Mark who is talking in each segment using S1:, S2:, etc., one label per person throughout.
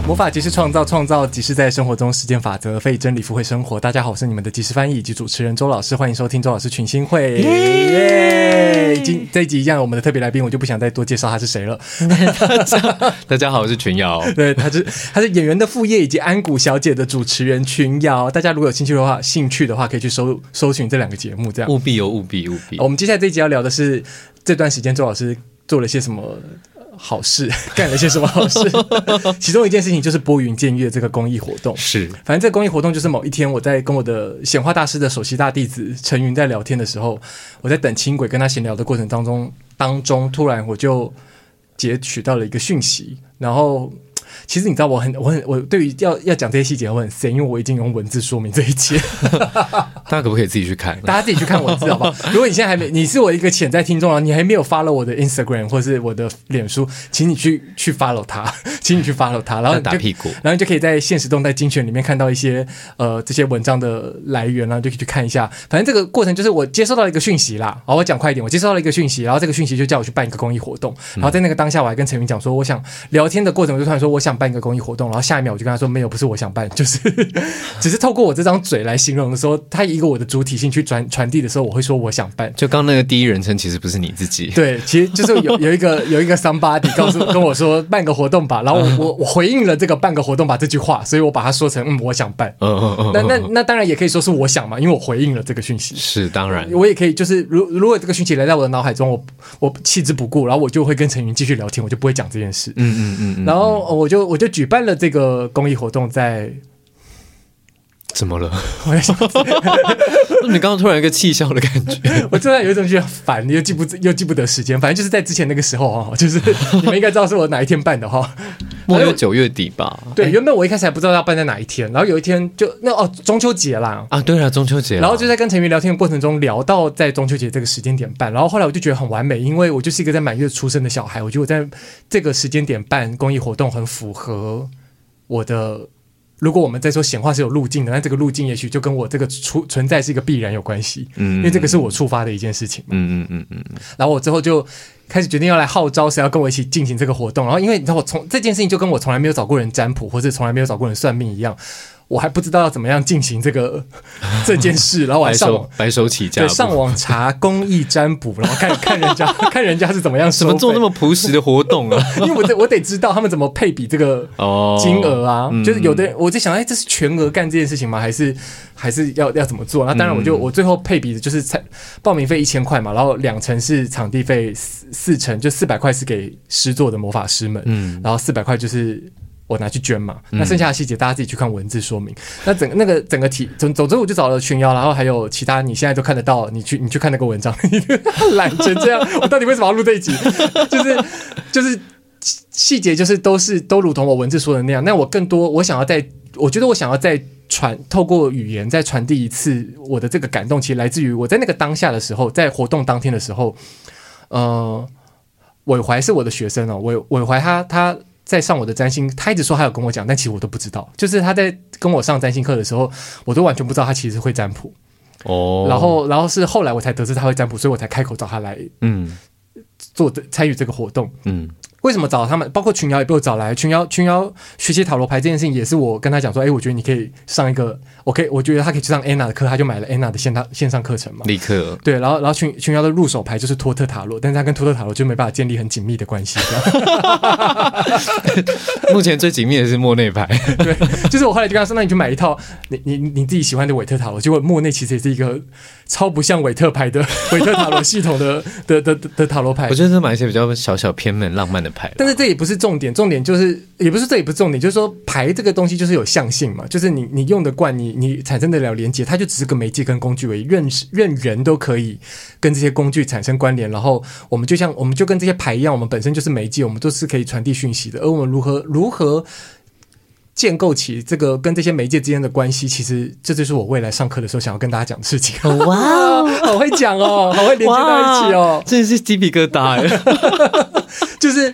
S1: 魔法即是创造，创造即是在生活中实践法则，非真理附会生活。大家好，我是你们的即时翻译以及主持人周老师，欢迎收听周老师群星会。这一集一样，我们的特别来宾我就不想再多介绍他是谁了。
S2: 大家好，我是群瑶。
S1: 对，他是演员的副业以及安谷小姐的主持人群瑶。大家如果有兴趣的话，可以去搜寻这两个节目，这样
S2: 务必哦，务必。
S1: 我们接下来这一集要聊的是这段时间周老师做了些什么好事，干了些什么好事。其中一件事情就是拨云见月这个公益活动。
S2: 是，
S1: 反正这个公益活动就是某一天我在跟我的显化大师的首席大弟子陈云在聊天的时候，我在等轻轨跟他闲聊的过程当中，突然我就截取到了一个讯息，然后其实你知道我对于要讲这些细节我很深，因为我已经用文字说明这一切。
S2: 大家可不可以自己去看？
S1: 大家自己去看文字好不好？如果你现在还没，你是我一个潜在听众啊，你还没有 follow 我的 Instagram 或是我的脸书，请你去 follow 他，请你去 follow 他，然后
S2: 打屁股，
S1: 然后你就可以在限时动态精选里面看到一些这些文章的来源，然后就可以去看一下。反正这个过程就是我接收到了一个讯息啦，好，我讲快一点，我接收到了一个讯息，然后这个讯息就叫我去办一个公益活动，然后在那个当下我还跟陈云讲说，我想聊天的过程我就突然说我想办一个公益活动，然后下一秒我就跟他说没有，不是我想办，就是只是透过我这张嘴来形容的时候，他一个我的主体性去传递的时候，我会说我想办。
S2: 就刚那个第一人称其实不是你自己，对，
S1: 其实就是有一个 somebody 跟我说办个活动吧，然后我回应了这个办个活动吧这句话，所以我把它说成我想办。那当然也可以说是我想嘛，因为我回应了这个讯息。
S2: 是当然，
S1: 我也可以就是如果这个讯息来到我的脑海中，我弃之不顾，然后我就会跟陈云继续聊天，我就不会讲这件事。然后我就举办了这个公益活动在。
S2: 怎么了？你刚刚突然一个气笑的感觉，
S1: 我真的有一种觉得烦，又记不得时间。反正就是在之前那个时候就是你们应该知道是我哪一天办的哈，
S2: 末月9月底吧。
S1: 对，原本我一开始还不知道要办在哪一天，然后有一天就中秋节啦
S2: 啊，对了，中秋节，
S1: 然后就在跟陈云聊天的过程中聊到在中秋节这个时间点办，然后后来我就觉得很完美，因为我就是一个在满月出生的小孩，我觉得我在这个时间点办公益活动很符合我的。如果我们在说显化是有路径的，那这个路径也许就跟我这个存在是一个必然有关系，因为这个是我触发的一件事情嘛。然后我之后就开始决定要来号召谁要跟我一起进行这个活动，然后因为你知道我这件事情就跟我从来没有找过人占卜，或者从来没有找过人算命一样。我还不知道要怎么样进行这件事，然后我还
S2: 白手起家，
S1: 对，上网查公益占卜，然后看人家是怎么样收费，
S2: 怎么做那么朴实的活动啊？
S1: 因为我得知道他们怎么配比这个金额啊，就是有的人我在想，这是全额干这件事情吗？还是要怎么做？那当然我最后配比的就是报名费1000块嘛，然后2成是场地费，4成就400块是给施作的魔法师们，然后400块就是我拿去捐嘛，那剩下的细节大家自己去看文字说明。那整个总之我就找了群瑶，然后还有其他你现在都看得到，你去看那个文章，懒成这样，我到底为什么要录这一集？就是细节就是都如同我文字说的那样。那我更多我觉得我想要再透过语言再传递一次我的这个感动，其实来自于我在那个当下的时候，在活动当天的时候，伟怀是我的学生伟怀他在上我的占星，他一直说他有跟我讲，但其实我都不知道。就是他在跟我上占星课的时候，我都完全不知道他其实会占卜。然后是后来我才得知他会占卜，所以我才开口找他来参与这个活动。为什么找他们？包括群瑶也被我找来，群瑶学习塔罗牌这件事情也是我跟他讲说，我觉得你可以上一个，我觉得他可以去上 Anna 的课，他就买了 Anna 的线上课程嘛，
S2: 立刻
S1: 对，然后群瑶的入手牌就是托特塔罗，但是他跟托特塔罗就没办法建立很紧密的关系。
S2: 目前最紧密的是莫内牌，
S1: 对，就是我后来就跟他说，那你就买一套你自己喜欢的韦特塔罗，结果莫内其实也是一个超不像韦特牌的韦特塔罗系统的塔罗牌。
S2: 我觉得是买一些比较小偏门浪漫的牌，
S1: 但是这也不是重点，重点就是也不是重点，就是说牌这个东西就是有象性嘛，就是你用得惯，你产生得了连接，它就只是个媒介跟工具而已，任人都可以跟这些工具产生关联，然后我们就跟这些牌一样，我们本身就是媒介，我们都是可以传递讯息的，而我们如何建构起这个跟这些媒介之间的关系，其实这就是我未来上课的时候想要跟大家讲的事情。
S2: 哇，
S1: 好会讲哦，好会连接到一起哦，
S2: 真的是鸡皮疙瘩耶。
S1: 就是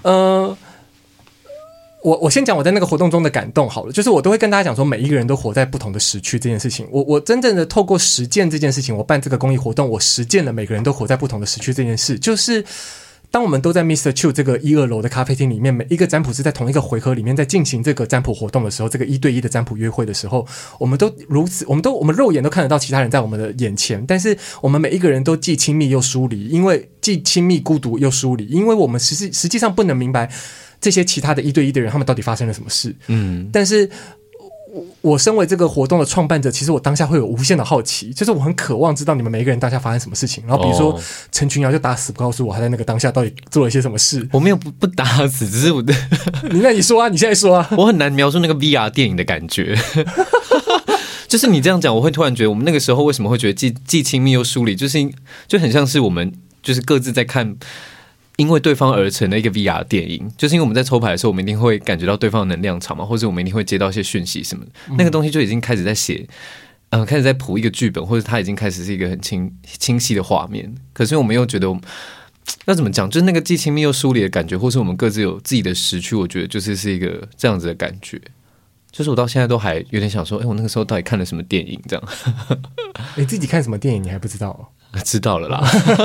S1: 我先讲我在那个活动中的感动好了，就是我都会跟大家讲说，每一个人都活在不同的时区这件事情。我真正的透过实践这件事情，我办这个公益活动，我实践了每个人都活在不同的时区这件事，就是当我们都在 Mr. Chu 这个1、2楼的咖啡厅里面，每一个占卜师在同一个回合里面在进行这个占卜活动的时候，这个1对1的占卜约会的时候，我们都如此，我们肉眼都看得到其他人在我们的眼前，但是我们每一个人都既亲密又疏离，因为既亲密孤独又疏离，因为我们实际上不能明白这些其他的1对1的人他们到底发生了什么事。但是我身为这个活动的创办者，其实我当下会有无限的好奇，就是我很渴望知道你们每一个人当下发生什么事情。然后比如说陈群瑶就打死不告诉我他在那个当下到底做了一些什么事。
S2: 我没有不打死，只是我的
S1: 那你说啊，你现在说啊。
S2: 我很难描述那个 VR 电影的感觉。就是你这样讲，我会突然觉得我们那个时候为什么会觉得既亲密又疏离，就很像是我们就是各自在看因为对方而成的一个 VR 电影，就是因为我们在抽牌的时候，我们一定会感觉到对方的能量场嘛，或者我们一定会接到一些讯息什么的，那个东西就已经开始在写，开始在谱一个剧本，或者它已经开始是一个很清晰的画面。可是我们又觉得要怎么讲，就是那个既亲密又疏离的感觉，或是我们各自有自己的时区，我觉得是一个这样子的感觉。就是我到现在都还有点想说，我那个时候到底看了什么电影？这样，
S1: 你自己看什么电影你还不知道？
S2: 知道了啦。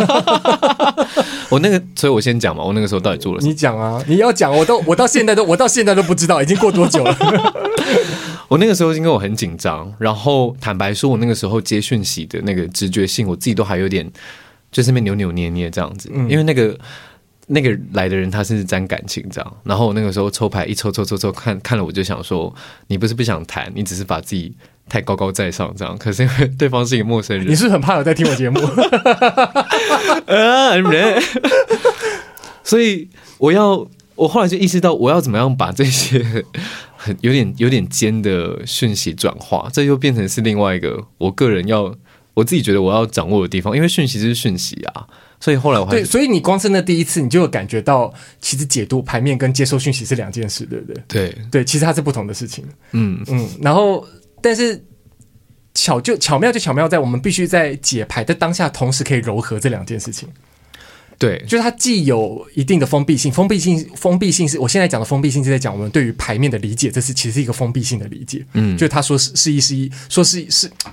S2: 所以我先讲嘛，我那个时候到底做了什么？
S1: 你讲啊，你要讲，我到现在都不知道，已经过多久了？
S2: 我那个时候因为我很紧张，然后坦白说，我那个时候接讯息的那个直觉性，我自己都还有点就是那边扭扭捏捏这样子，因为那个来的人他是沾感情这样，然后我那个时候抽牌一抽看了，我就想说，你不是不想谈，你只是把自己太高高在上这样，可是因为对方是一个陌生人，
S1: 你是不是很怕有在听我节目？
S2: 所以我后来就意识到，我要怎么样把这些有点尖的讯息转化，这又变成是另外一个我个人我自己觉得我要掌握的地方，因为讯息就是讯息啊。所以后来我
S1: 对，所以你光是那第一次，你就有感觉到，其实解读牌面跟接收讯息是两件事，对不对？对，其实它是不同的事情。然后，但是巧妙在我们必须在解牌的当下，同时可以糅合这两件事情。
S2: 对，
S1: 就是它既有一定的封闭性是我现在讲的封闭性是在讲我们对于牌面的理解，这是其实是一个封闭性的理解。就是他说是一，说是。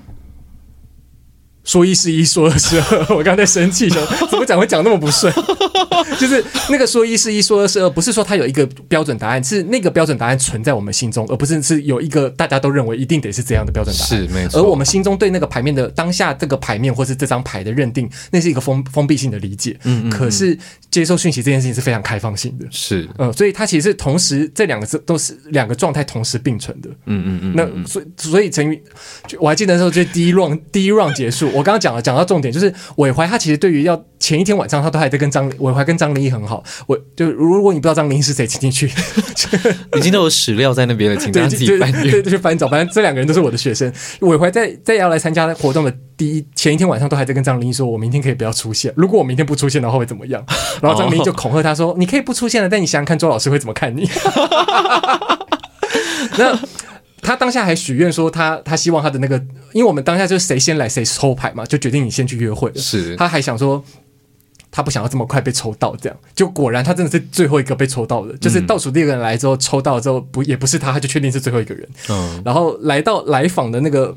S1: 说1是1，说2是2。我刚才在生气，怎么讲会讲那么不顺？就是那个说1是1，说2是2，不是说它有一个标准答案，是那个标准答案存在我们心中，而不是有一个大家都认为一定得是这样的标准答案。
S2: 是没错。
S1: 而我们心中对那个牌面的当下这个牌面或是这张牌的认定，那是一个封闭性的理解。可是接收讯息这件事情是非常开放性的。是。所以它其实是同时这两个都是两个状态同时并存的。那所以陈宇，我还记得那时候就第一 round 结束。我刚刚讲到重点，就是韦怀他其实对于要前一天晚上他都还在跟韦怀跟张灵一很好。如果你不知道张灵是谁，请进去，
S2: 已经都有史料在那边了，请大家自己翻阅。
S1: 对，去翻找。反正这两个人都是我的学生。韦怀在要来参加活动的前一天晚上都还在跟张灵说，我明天可以不要出现，如果我明天不出现的话会怎么样？然后张灵就恐吓他说，你可以不出现了，但你想想看周老师会怎么看你。那他当下还许愿说他希望他的那个，因为我们当下就是谁先来谁抽牌嘛，就决定你先去约会了。是，他还想说他不想要这么快被抽到，这样就果然他真的是最后一个被抽到的，就是倒数第二个人来之后抽到之后也不是他就确定是最后一个人。然后来访的那个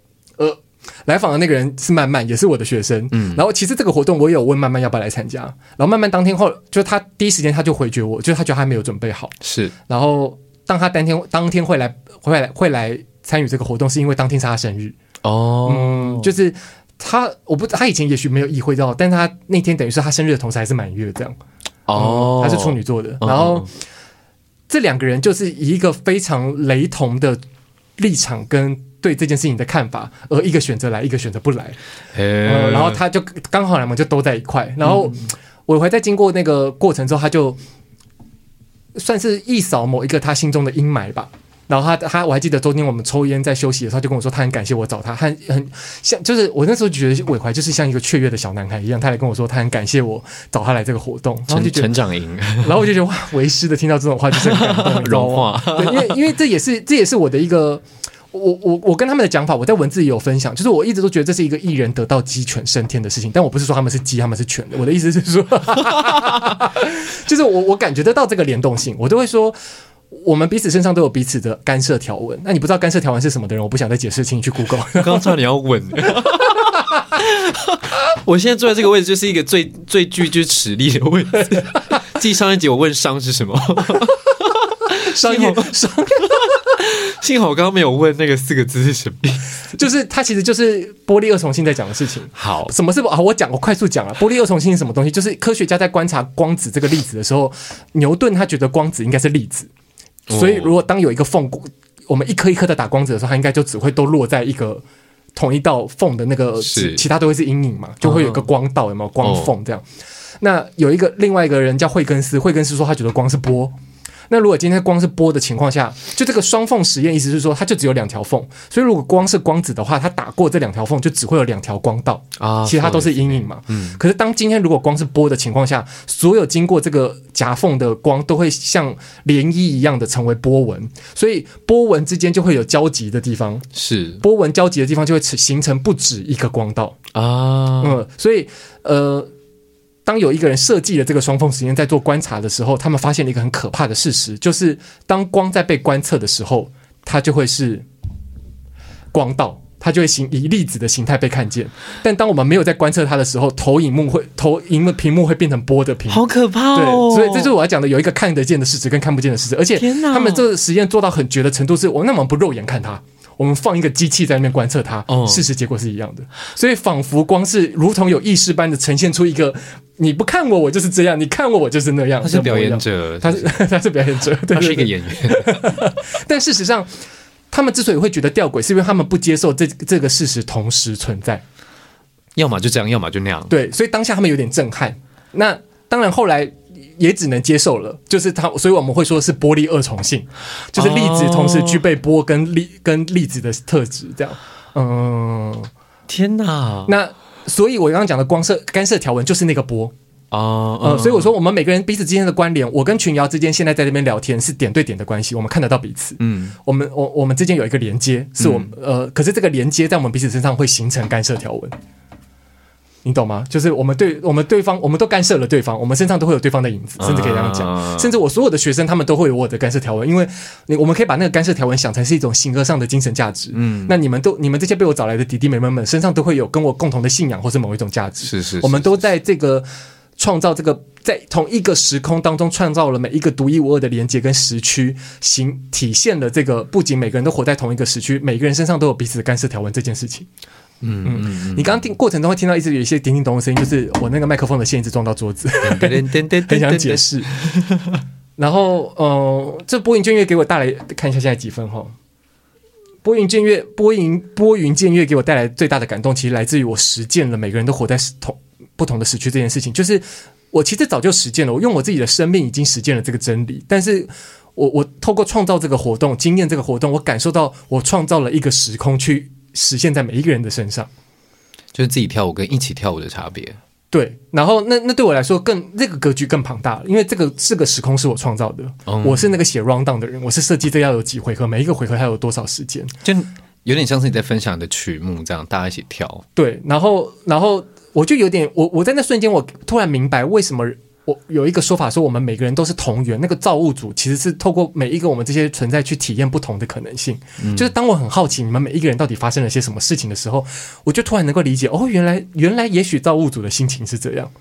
S1: 人是曼曼，也是我的学生。然后其实这个活动我也有问曼曼要不要来参加，然后曼曼当天后就他第一时间他就回绝我，就是他觉得他没有准备好。是，然后当他当天会来参与这个活动，是因为当天是他生日。就是他以前也许没有意会到，但是他那天等于是他生日的同时还是满月这样。他是处女座的。然后这两个人就是以一个非常雷同的立场跟对这件事情的看法，而一个选择来，一个选择不来。然后他就刚好两个就都在一块。然后我会在经过那个过程之后，他就算是一扫某一个他心中的阴霾吧。然后我还记得昨天我们抽烟在休息的时候，他就跟我说他很感谢我找他，很像，就是我那时候觉得韦怀就是像一个雀跃的小男孩一样，他来跟我说他很感谢我找他来这个活动，然后就觉得
S2: 成长营，
S1: 然后我就觉得哇，为师的听到这种话就是很感动，
S2: 融化。
S1: 对，因为这也是我的一个。我跟他们的讲法，我在文字也有分享，就是我一直都觉得这是一个艺人得到鸡犬升天的事情，但我不是说他们是鸡，他们是犬的。我的意思是说，就是我感觉得到这个联动性，我都会说，我们彼此身上都有彼此的干涉条纹。那你不知道干涉条纹是什么的人，我不想再解释，请你去 Google。
S2: 刚刚差点要问。 我现在坐在这个位置就是一个最具齿力的位置。继上一集我问商是什么，
S1: 商业，
S2: 幸好我刚刚没有问那个4个字是什么意思，
S1: 就是它其实就是波粒二重性在讲的事情。
S2: 好，
S1: 什么是我快速讲了，波粒二重性是什么东西？就是科学家在观察光子这个粒子的时候，牛顿他觉得光子应该是粒子，所以如果当有一个缝，我们一颗一颗的打光子的时候，它应该就只会都落在一个同一道缝的那个，其他都会是阴影嘛，就会有一个光道，有没有光缝这样？那有另外一个人叫惠更斯说他觉得光是波。那如果今天光是波的情况下，就这个双缝实验，意思是说它就只有2条缝，所以如果光是光子的话，它打过这2条缝就只会有2条光道啊，其他都是阴影嘛。可是当今天如果光是波的情况下，所有经过这个夹缝的光都会像涟漪一样的成为波纹，所以波纹之间就会有交集的地方，是波纹交集的地方就会形成不止一个光道啊。所以当有一个人设计了这个双缝实验在做观察的时候，他们发现了一个很可怕的事实，就是当光在被观测的时候，它就会是光道，它就会以粒子的形态被看见。但当我们没有在观测它的时候，投影屏幕会变成波的屏幕，
S2: 好可怕哦！
S1: 对，所以这就是我要讲的，有一个看得见的事实跟看不见的事实，而且他们这个实验做到很绝的程度是，我们不肉眼看它。我们放一个机器在那边观测它，事实结果是一样的，所以仿佛光是如同有意识般的呈现出一个，你不看我就是这样，你看我就是那样。
S2: 他是表演者，
S1: 他是表演者，
S2: 他是一个演员。
S1: 但事实上，他们之所以会觉得吊诡，是因为他们不接受这个事实同时存在，
S2: 要么就这样，要么就那样。
S1: 对，所以当下他们有点震撼。那当然后来也只能接受了，就是所以我们会说是波粒二重性，就是粒子同时具备波跟粒子的特质，这样。
S2: 天哪！
S1: 那所以我刚刚讲的干涉条纹就是那个波所以我说我们每个人彼此之间的关联，我跟群瑶之间现在在这边聊天是点对点的关系，我们看得到彼此。我们之间有一个连接，是我们可是这个连接在我们彼此身上会形成干涉条纹。你懂吗？就是我们对方，我们都干涉了对方，我们身上都会有对方的影子，甚至可以这样讲。甚至我所有的学生，他们都会有我的干涉条纹，因为我们可以把那个干涉条纹想成是一种形而上的精神价值。那你们这些被我找来的弟弟妹妹们身上都会有跟我共同的信仰或是某一种价值。是，我们都在这个创造这个在同一个时空当中创造了每一个独一无二的连结跟时区，体现了这个不仅每个人都活在同一个时区，每个人身上都有彼此的干涉条纹这件事情。你刚刚过程中会听到一直有一些叮叮咚的声音，就是我那个麦克风的线一直撞到桌子，很想解释。然后这拨云见月给我带来，看一下现在几分哈。拨云见月给我带来最大的感动，其实来自于我实践了每个人都活在不同的时区这件事情。就是我其实早就实践了，我用我自己的生命已经实践了这个真理，但是我透过创造这个活动，经验这个活动，我感受到我创造了一个时空去实现在每一个人的身上，
S2: 就是自己跳舞跟一起跳舞的差别。
S1: 对，然后那对我来说这个格局更庞大了，因为这个时空是我创造的，我是那个写 round down 的人，我是设计这要有几回合，每一个回合还有多少时间，
S2: 就有点像是你在分享你的曲目这样，大家一起跳。
S1: 对，然后我就有点我在那瞬间我突然明白为什么。我有一个说法说，我们每个人都是同源，那个造物主其实是透过每一个我们这些存在去体验不同的可能性。就是当我很好奇你们每一个人到底发生了些什么事情的时候，我就突然能够理解，原来也许造物主的心情是这样。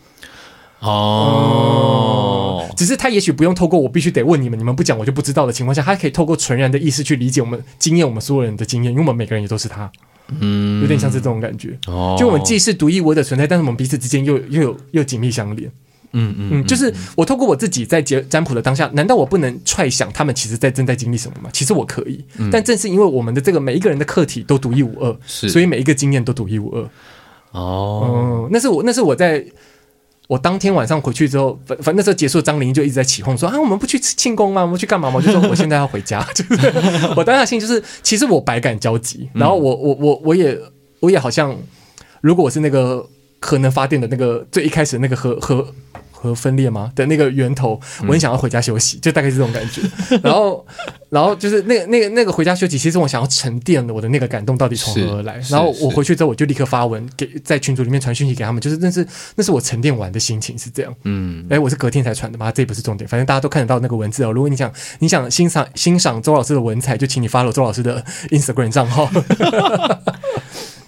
S1: 只是他也许不用透过我必须得问你们不讲我就不知道的情况下，他可以透过纯然的意识去理解我们经验，我们所有人的经验，因为我们每个人也都是他。有点像是这种感觉。就我们既是独一无二的存在，但是我们彼此之间又紧密相连。就是我透过我自己在占卜的当下，难道我不能揣想他们其实正在经历什么吗？其实我可以，但正是因为我们的这个每一个人的课题都独一无二，所以每一个经验都独一无二。那是我当天晚上回去之后，反正那时候结束，张琳就一直在起哄说我们不去庆功吗？我们去干嘛吗？我就说我现在要回家。就是我当下心就是其实我百感交集，然后我也好像，如果我是那个核能发电的那个最一开始那个核分裂吗的那个源头，我很想要回家休息，就大概是这种感觉。然后就是那个回家休息，其实我想要沉淀我的那个感动到底从何而来。然后我回去之后，我就立刻发文在群组里面传讯息给他们，就是那是我沉淀完的心情是这样。我是隔天才传的嘛，这也不是重点，反正大家都看得到那个文字哦。如果你想欣赏周老师的文采，就请你 follow 周老师的 Instagram 账号。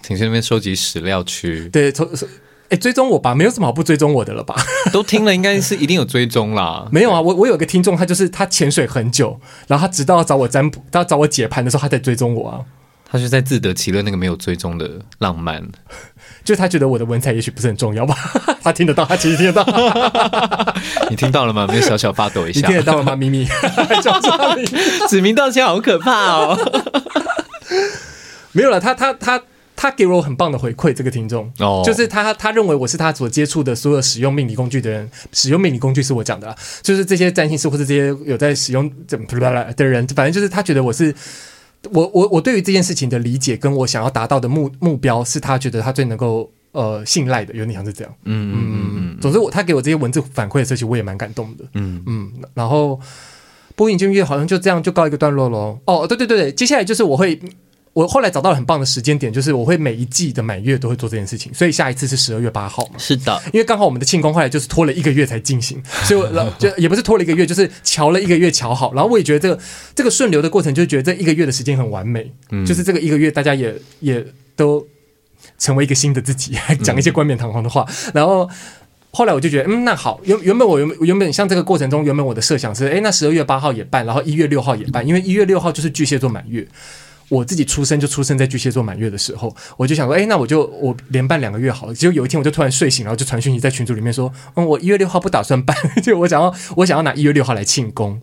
S2: 挺去那边收集史料区。
S1: 对，追踪我吧，没有什么好不追踪我的了吧？
S2: 都听了，应该是一定有追踪啦。
S1: 没有啊，我有个听众，他潜水很久，然后他直到要找我占卜，他找我解盘的时候，他才追踪我啊。
S2: 他是在自得其乐那个没有追踪的浪漫，
S1: 就是他觉得我的文采也许不是很重要吧？他听得到，他其实听得到。
S2: 你听到了吗？没有小小发抖一下？
S1: 你听得到了吗？咪咪，
S2: 指名道姓好可怕哦。
S1: 没有了，他给我很棒的回馈，这个听众就是他认为我是他所接触的所有使用命理工具的人，使用命理工具是我讲的啦，就是这些占星师或是这些有在使用的人，反正就是他觉得我是我对于这件事情的理解跟我想要达到的目标是他觉得他最能够信赖的，有点像是这样。总之他给我这些文字反馈的事情，我也蛮感动的。然后播音乐好像就这样就告一个段落咯。哦，对，接下来就是我后来找到了很棒的时间点，就是我会每一季的满月都会做这件事情，所以下一次是12月8号嘛。
S2: 是的，
S1: 因为刚好我们的庆功后来就是拖了1个月才进行，所以我就也不是拖了1个月，就是瞧了1个月瞧好。然后我也觉得这个顺流的过程，就觉得这1个月的时间很完美，就是这个1个月大家也都成为一个新的自己，讲一些冠冕堂皇的话，然后。后来我就觉得，那好，原本像这个过程中，原本我的设想是，那12月8号也办，然后1月6号也办，因为1月6号就是巨蟹座满月，我自己出生在巨蟹座满月的时候，我就想说，那我连办2个月好了。结果有一天我就突然睡醒，然后就传讯息在群组里面说，我1月6号不打算办，就我想要拿1月6号来庆功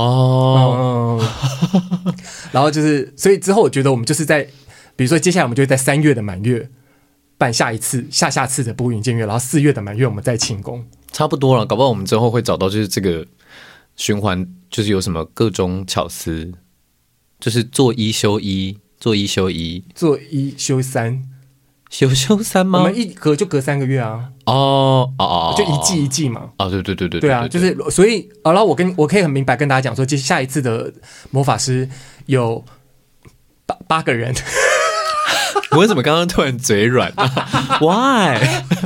S1: 然后就是所以之后我觉得我们就是在，比如说接下来我们就会在3月的满月。办下次的拨云见月，然后4月的满月我们再庆功，
S2: 差不多了。搞不好我们之后会找到就是这个循环，就是有什么各种巧思，就是做一休一，做一休一，做一休三，休三吗？我们就隔3个月啊。就一季嘛。对啊，就是所以然后我可以很明白跟大家讲说，下一次的魔法师有8个人。 我为什么刚刚突然嘴软？Why？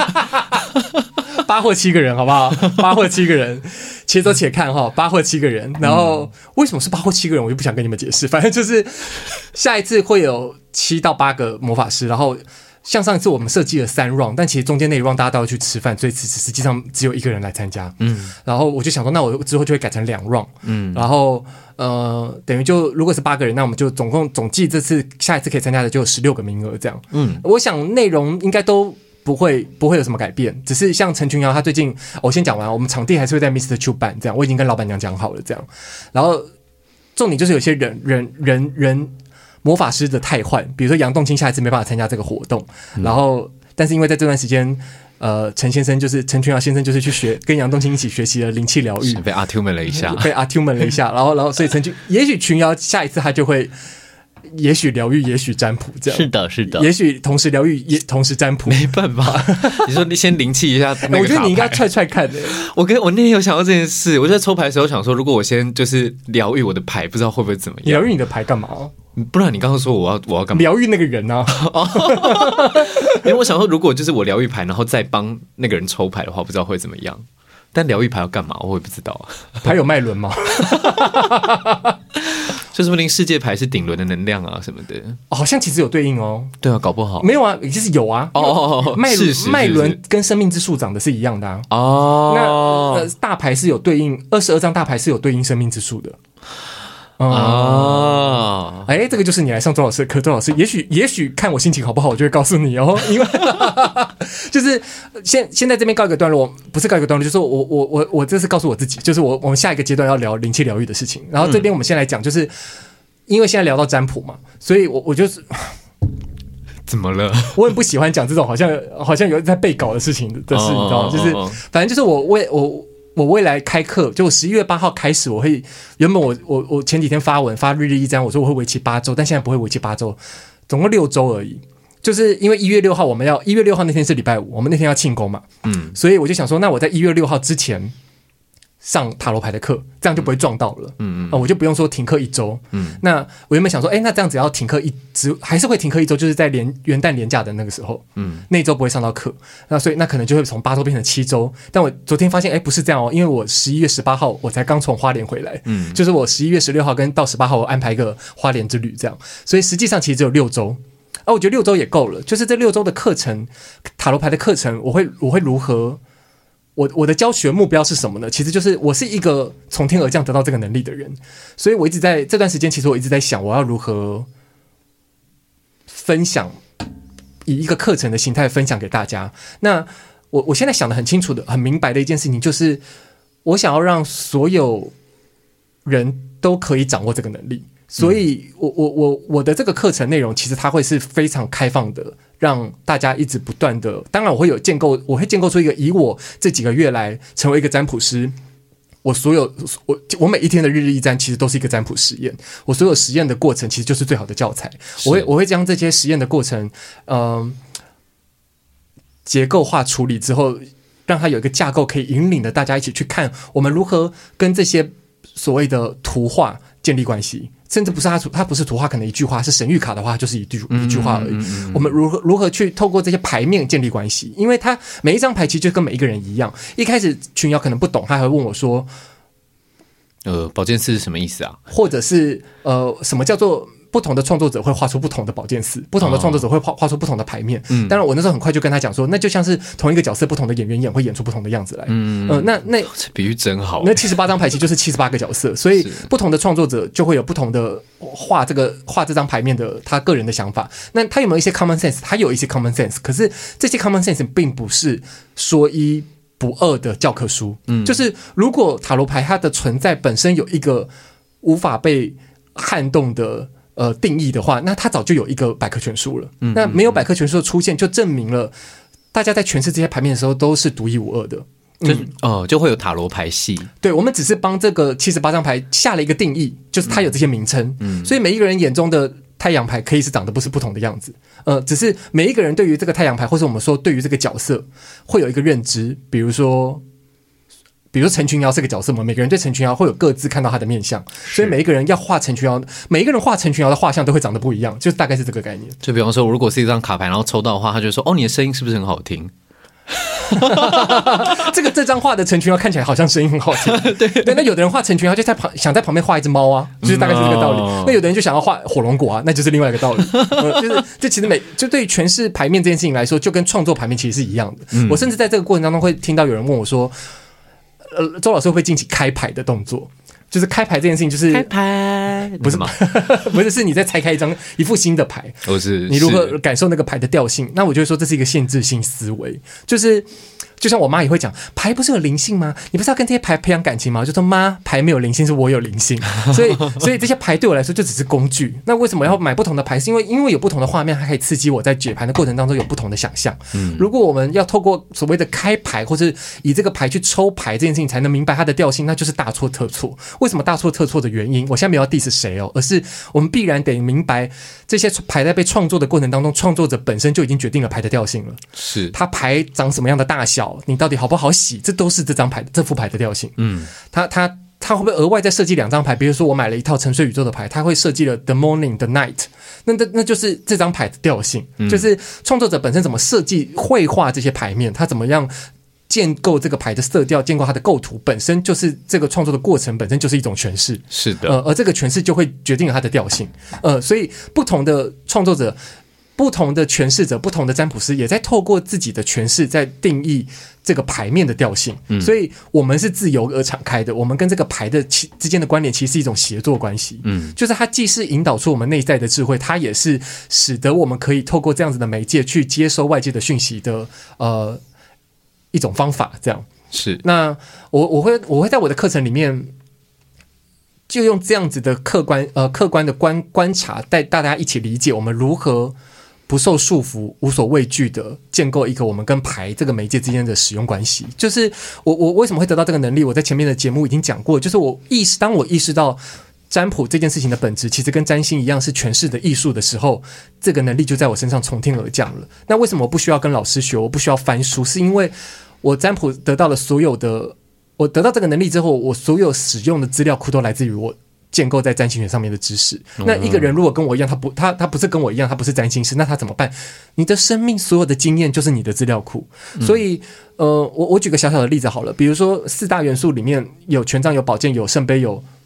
S1: 8或7个人，好不好？8或7个人，且走且看哈。8或7个人，然后为什么是8或7个人，我就不想跟你们解释。反正就是下一次会有7到8个魔法师，然后像上一次我们设计了3 round， 但其实中间那一 round 大家都要去吃饭，所以实际上只有1个人来参加。然后我就想说，那我之后就会改成2 round。然后等于就如果是8个人，那我们就总计这次下一次可以参加的就有16个名额这样。我想内容应该都不会有什么改变，只是像陈群瑶他最近，我先讲完，我们场地还是会在 Mr. Chu 办这样，我已经跟老板娘讲好了这样。然后重点就是有些人魔法师的汰换，比如说杨栋清下一次没办法参加这个活动，然后但是因为在这段时间。陈群瑶先生就是去跟杨栋清一起学习了灵气疗愈，
S2: 被阿 Q 们了一下，
S1: 然后所以也许群瑶下一次他就会，也许疗愈，也许占卜这样。
S2: 是的，
S1: 也许同时疗愈，也同时占卜，
S2: 没办法。你说你先灵气一下那个卡牌，
S1: 我觉得你应该踹看的。
S2: 我那天有想到这件事，我在抽牌的时候想说，如果我先就是疗愈我的牌，不知道会不会怎么样？
S1: 疗愈你的牌干嘛？
S2: 不然你刚刚说我要干嘛？
S1: 疗愈那个人啊！
S2: 因为我想说，如果就是我疗愈牌，然后再帮那个人抽牌的话，不知道会怎么样。但疗愈牌要干嘛？我也不知道。
S1: 牌有脉轮吗？
S2: 就说不定世界牌是顶轮的能量啊什么的。
S1: 好像其实有对应哦。
S2: 对啊，搞不好
S1: 没有啊，其实有啊。脉轮跟生命之树长的是一样的啊。那大牌是有对应22张大牌是有对应生命之树的。这个就是你来上周老师的课，周老师也许看我心情好不好，我就会告诉你哦。因为就是现在这边告一个段落，不是告一个段落，就是我这次告诉我自己，就是我们下一个阶段要聊灵气疗愈的事情。然后这边我们先来讲，就是因为现在聊到占卜嘛，所以我就是
S2: 怎么了？
S1: 我很不喜欢讲这种好像有在背稿的事情的事，你知道吗？就是反正就是我未来开课，就我11月8号开始，原本我前几天发日历一张，我说我会为期8周，但现在不会为期8周，总共6周而已。就是因为1月6号1月6号那天是礼拜5，我们那天要庆功嘛，所以我就想说，那我在1月6号之前上塔罗牌的课，这样就不会撞到了。我就不用说停课1周。那我原本想说，那这样子要停课还是会停课1周，就是在元旦连假的那个时候，那一周不会上到课。那所以那可能就会从8周变成7周。但我昨天发现，不是这样哦，因为我11月18号我才刚从花莲回来，就是我11月16号跟到18号我安排一个花莲之旅，这样，所以实际上其实只有6周。 我觉得6周也够了，就是这6周的课程，塔罗牌的课程，我会如何？我的教学目标是什么呢？其实就是我是一个从天而降得到这个能力的人，所以我一直在这段时间，其实我一直在想，我要如何分享，以一个课程的形态分享给大家。那我现在想得很清楚的、很明白的一件事情，就是我想要让所有人都可以掌握这个能力。所以我的这个课程内容其实它会是非常开放的，让大家一直不断的，当然我会建构出一个，以我这几个月来成为一个占卜师，我每一天的日日一占其实都是一个占卜实验，我所有实验的过程其实就是最好的教材，我会将这些实验的过程结构化处理之后，让它有一个架构可以引领着大家一起去看我们如何跟这些所谓的图画建立关系，甚至不是它不是图画，可能一句话，是神谕卡的话就是一句话而已。我们如何去透过这些牌面建立关系？因为它每一张牌其实就跟每一个人一样，一开始群瑶可能不懂，他还会问我说：“
S2: 宝剑四是什么意思啊？”
S1: 或者是什么叫做？不同的创作者会画出不同的宝剑四，不同的创作者会画出不同的牌面。当然，我那时候很快就跟他讲说，那就像是同一个角色，不同的演员会演出不同的样子来。那
S2: 这比喻真好。
S1: 那78张牌其实就是78个角色，所以不同的创作者就会有不同的画这张牌面的他个人的想法。那他有没有一些 common sense？ 他有一些 common sense， 可是这些 common sense 并不是说一不二的教科书。就是如果塔罗牌它的存在本身有一个无法被撼动的定义的话，那它早就有一个百科全书了。那没有百科全书的出现，就证明了大家在诠释这些牌面的时候都是独一无二的。
S2: 就会有塔罗牌系。
S1: 对，我们只是帮这个78张牌下了一个定义，就是它有这些名称。所以每一个人眼中的太阳牌可以是长得不同的样子。只是每一个人对于这个太阳牌，或者我们说对于这个角色，会有一个认知。比如说陈群瑶是个角色嘛，每个人对陈群瑶会有各自看到他的面相，所以每一个人要画陈群瑶，每一个人画陈群瑶的画像都会长得不一样，就大概是这个概念。
S2: 就比方说，如果是一张卡牌，然后抽到的话，他就说：“哦，你的声音是不是很好听？”
S1: 这张画的陈群瑶看起来好像声音很好听。对，那有的人画陈群瑶就想在旁边画一只猫啊，就是大概是这个道理。那有的人就想要画火龙果啊，那就是另外一个道理。就是这其实就对于诠释牌面这件事情来说，就跟创作牌面其实是一样的。我甚至在这个过程当中会听到有人问我说：“周老师会不会进行开牌的动作？”就是开牌这件事情，就是
S2: 开牌，
S1: 不是吗？不是，是你在拆开一副新的牌，你如何感受那个牌的调性？那我就会说这是一个限制性思维，就像我妈也会讲，牌不是有灵性吗？你不是要跟这些牌培养感情吗？我就说妈，牌没有灵性，是我有灵性。所以这些牌对我来说就只是工具。那为什么要买不同的牌？是因为有不同的画面，它可以刺激我在解盘的过程当中有不同的想象。如果我们要透过所谓的开牌，或是以这个牌去抽牌这件事情才能明白它的调性，那就是大错特错。为什么大错特错的原因？我现在没有要 diss 谁哦，而是我们必然得明白这些牌在被创作的过程当中，创作者本身就已经决定了牌的调性了。
S2: 是
S1: 它牌长什么样的大小，你到底好不好洗，这都是这副牌的调性。他会不会额外再设计2张牌？比如说我买了一套沉睡宇宙的牌，他会设计了 The Morning、The Night， 那就是这张牌的调性。就是创作者本身怎么设计绘画这些牌面，他怎么样建构这个牌的色调，建构它的构图，本身就是这个创作的过程本身就是一种诠释。
S2: 是的，
S1: 而这个诠释就会决定了它的调性。所以不同的创作者、不同的诠释者、不同的占卜师也在透过自己的诠释在定义这个牌面的调性。所以我们是自由而敞开的，我们跟这个牌的之间的关联其实是一种协作关系。就是它既是引导出我们内在的智慧，它也是使得我们可以透过这样子的媒介去接收外界的讯息的一种方法。这样
S2: 是。
S1: 那我会在我的课程里面就用这样子的客观的观察，带大家一起理解我们如何不受束缚、无所畏惧的建构一个我们跟牌这个媒介之间的使用关系。就是我为什么会得到这个能力？我在前面的节目已经讲过，就是当我意识到占卜这件事情的本质其实跟占星一样是诠释的艺术的时候，这个能力就在我身上从天而降了。那为什么我不需要跟老师学，我不需要翻书？是因为我占卜得到了我得到这个能力之后，我所有使用的资料库都来自于我建构在占星学上面的知识。那一个人如果跟我一样，他不是跟我一样，他不是占星师，那他怎么办？你的生命所有的经验就是你的资料库。所以我举个小小的例子好了，比如说4大元素里面有权杖、有宝剑、有圣杯、有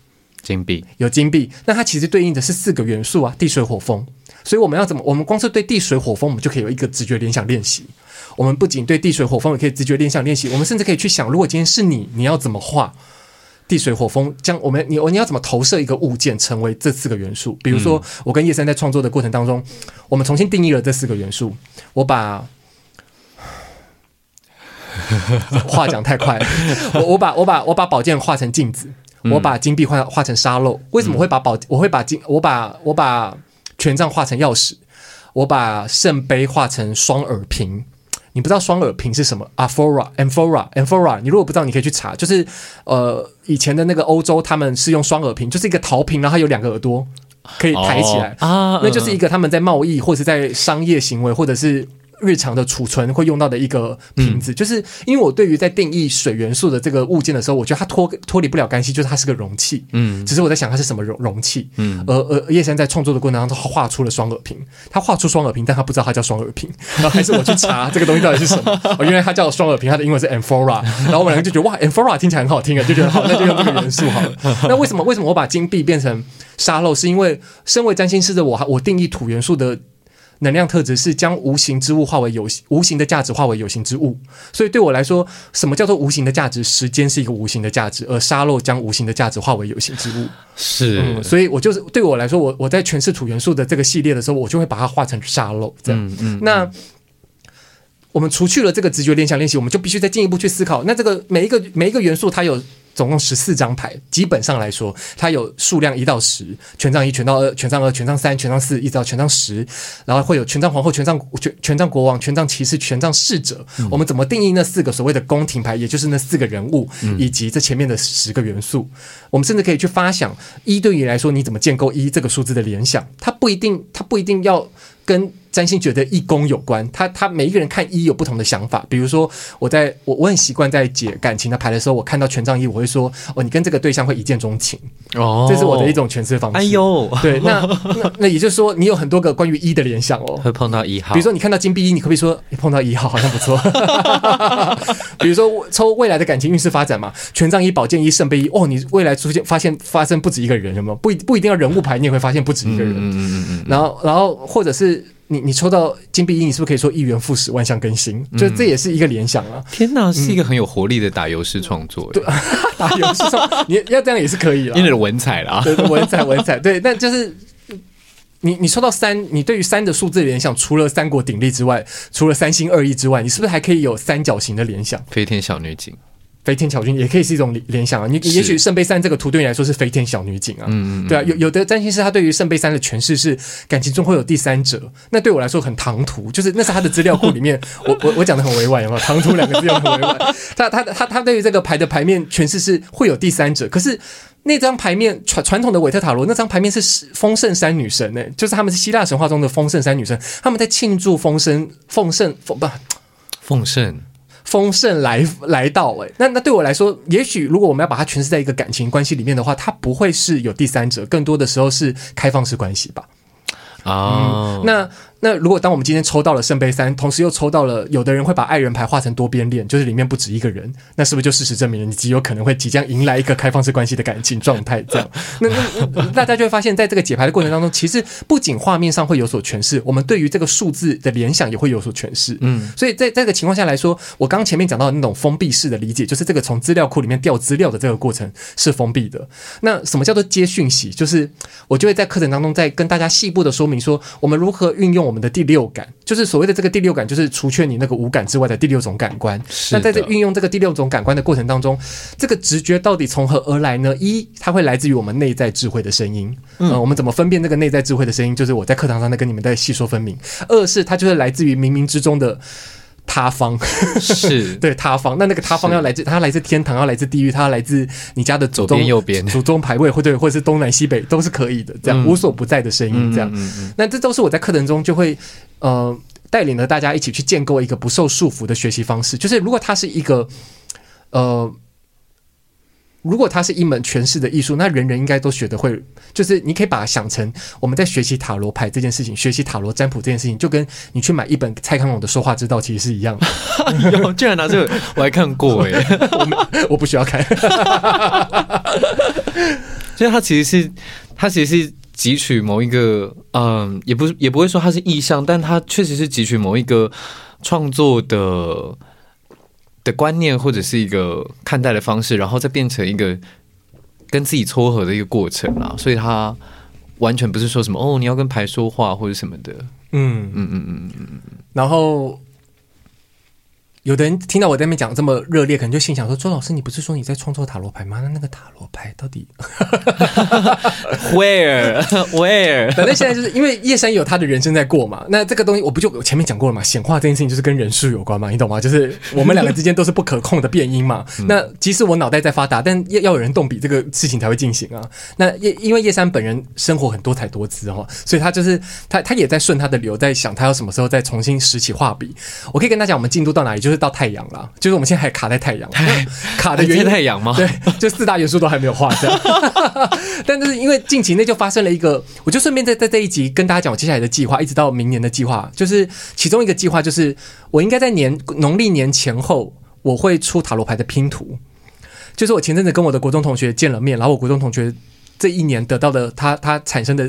S2: 金币，
S1: 有金币，那它其实对应的是4个元素啊，地水火风。所以我们要怎么？我们光是对地水火风，我们就可以有一个直觉联想练习。我们不仅对地水火风也可以直觉联想练习，我们甚至可以去想，如果今天是你要怎么画地水火风？将你要怎么投射一个物件成为这4个元素？比如说，我跟叶森在创作的过程当中，我们重新定义了这4个元素。我把话讲太快了，我把宝剑画成镜子，我把金币画成沙漏。为什么会我把权杖画成钥匙，我把圣杯画成双耳瓶。你不知道双耳瓶是什么 ？amphora， 你如果不知道，你可以去查。就是以前的那个欧洲，他们是用双耳瓶，就是一个陶瓶，然后它有2个耳朵可以抬起来那就是一个他们在贸易或者在商业行为或者是日常的储存会用到的一个瓶子。就是因为我对于在定义水元素的这个物件的时候，我觉得它脱离不了干系，就是它是个容器。只是我在想它是什么容器。而叶山在创作的过程当中，他画出了双耳瓶，他画出双耳瓶，但他不知道它叫双耳瓶，然后还是我去查这个东西到底是什么。原来它叫双耳瓶，它的英文是 amphora。然后我们两个就觉得哇 amphora 听起来很好听就觉得好，那就用这个元素好了。那为什么我把金币变成沙漏？是因为身为占星师的我定义土元素的能量特质是将无形之物化为无形的价值化为有形之物。所以对我来说，什么叫做无形的价值？时间是一个无形的价值，而沙漏将无形的价值化为有形之物。
S2: 是，
S1: 所以对我来说，我在诠释土元素的这个系列的时候，我就会把它画成沙漏这样。那我们除去了这个直觉联想练习，我们就必须再进一步去思考。那这个每一个元素，它有总共14张牌，基本上来说，它有数量1到10，权杖1、权杖2、权杖2、权杖3、权杖4，一直到权杖10，然后会有权杖皇后、权杖国王、权杖骑士、权杖侍者。我们怎么定义那4个所谓的宫廷牌，也就是那4个人物，以及这前面的10个元素？我们甚至可以去发想，1对于你来说，你怎么建构1这个数字的联想？它不一定要跟占星觉得1宫有关，他每一个人看1有不同的想法。比如说我很习惯在解感情的牌的时候，我看到权杖1，我会说你跟这个对象会一见钟情。这是我的一种诠释方式。哎呦，对，那也就是说，你有很多个关于1的联想
S2: 会碰到1号。
S1: 比如说你看到金币1，你可不可以说你碰到1号好像不错？比如说抽未来的感情运势发展嘛，权杖1、宝剑1、圣杯1，你未来发生不止一个人，有没有？不一定要人物牌，你也会发现不止一个人。然后或者是你抽到金币1，你是不是可以说1元复始，万象更新？就这也是一个联想啊！
S2: 天哪，是一个很有活力的打油诗创作。
S1: 对，打油诗创作，你要这样也是可以啦，
S2: 因为文采啦，
S1: 对，文采，对，但就是你抽到3，你对于3的数字联想，除了三国鼎立之外，除了3星2翼之外，你是不是还可以有三角形的联想？
S2: 飞天小女警。
S1: 飞天小女警也可以是一种联想啊，你也许圣杯3这个图对你来说是飞天小女警啊，对啊，有的占星师他对于圣杯3的诠释是感情中会有第三者，那对我来说很唐突，就是那是他的资料库里面，我讲的很委婉，有没有？唐突2个字用很委婉，他对于这个牌的牌面诠释是会有第三者，可是那张牌面传统的韦特塔罗那张牌面是丰盛三女神就是他们是希腊神话中的丰盛三女神，他们在庆祝丰盛来到那对我来说，也许如果我们要把它诠释在一个感情关系里面的话，它不会是有第三者，更多的时候是开放式关系吧。那如果当我们今天抽到了圣杯3，同时又抽到了有的人会把爱人牌画成多边恋，就是里面不止一个人，那是不是就事实证明了你极有可能会即将迎来一个开放式关系的感情状态？这样，那大家就会发现，在这个解牌的过程当中，其实不仅画面上会有所诠释，我们对于这个数字的联想也会有所诠释。所以在这个情况下来说，我刚刚前面讲到的那种封闭式的理解，就是这个从资料库里面调资料的这个过程是封闭的。那什么叫做接讯息？就是我就会在课程当中再跟大家细部的说明说，我们如何运用我们的第六感，就是所谓的这个第六感，就是除却你那个五感之外的第六种感官。那在这运用这个第六种感官的过程当中，这个直觉到底从何而来呢？一，它会来自于我们内在智慧的声音。我们怎么分辨这个内在智慧的声音？就是我在课堂上在跟你们在细说分明。二是它就是来自于冥冥之中的他方，是对他方。那个他方要来自，它来自天堂，要来自地狱，它要来自你家的左边右边祖宗牌位，或者是东南西北都是可以的，这样无所不在的声音，这样。那这都是我在课程中就会带领了大家一起去建构一个不受束缚的学习方式。就是如果它是一个如果它是一门诠释的艺术，那人人应该都学得会。就是你可以把它想成我们在学习塔罗牌这件事情，学习塔罗占卜这件事情，就跟你去买一本蔡康永的说话之道其实是一样的。
S2: 居然拿这个，我还看过
S1: 我不需要看。
S2: 所以它其实是汲取某一个也不会说它是意象，但它确实是汲取某一个创作的观念或者是一个看待的方式，然后再变成一个跟自己撮合的一个过程啦。所以它完全不是说什么你要跟牌说话或者什么的。
S1: 然后有的人听到我在那边讲这么热烈，可能就心想说：“周老师，你不是说你在创作塔罗牌吗？那个塔罗牌到底
S2: where？
S1: 反正现在就是因为叶山有他的人生在过嘛，那这个东西我前面讲过了嘛，显化这件事情就是跟人数有关嘛，你懂吗？就是我们两个之间都是不可控的变因嘛。那即使我脑袋在发达，但要有人动笔，这个事情才会进行啊。那因为叶山本人生活很多彩多姿所以他就是他也在顺他的流，在想他要什么时候再重新拾起画笔。我可以跟他讲我们进度到哪里，就是到太阳了，就是我们现在还卡在太阳，卡的原因
S2: 太阳吗？
S1: 对，就4大元素都还没有画这样。但是因为近期内就发生了一个，我就顺便在这一集跟大家讲我接下来的计划，一直到明年的计划，就是其中一个计划就是我应该在农历年前后我会出塔罗牌的拼图。就是我前阵子跟我的国中同学见了面，然后我国中同学这一年得到的他产生的。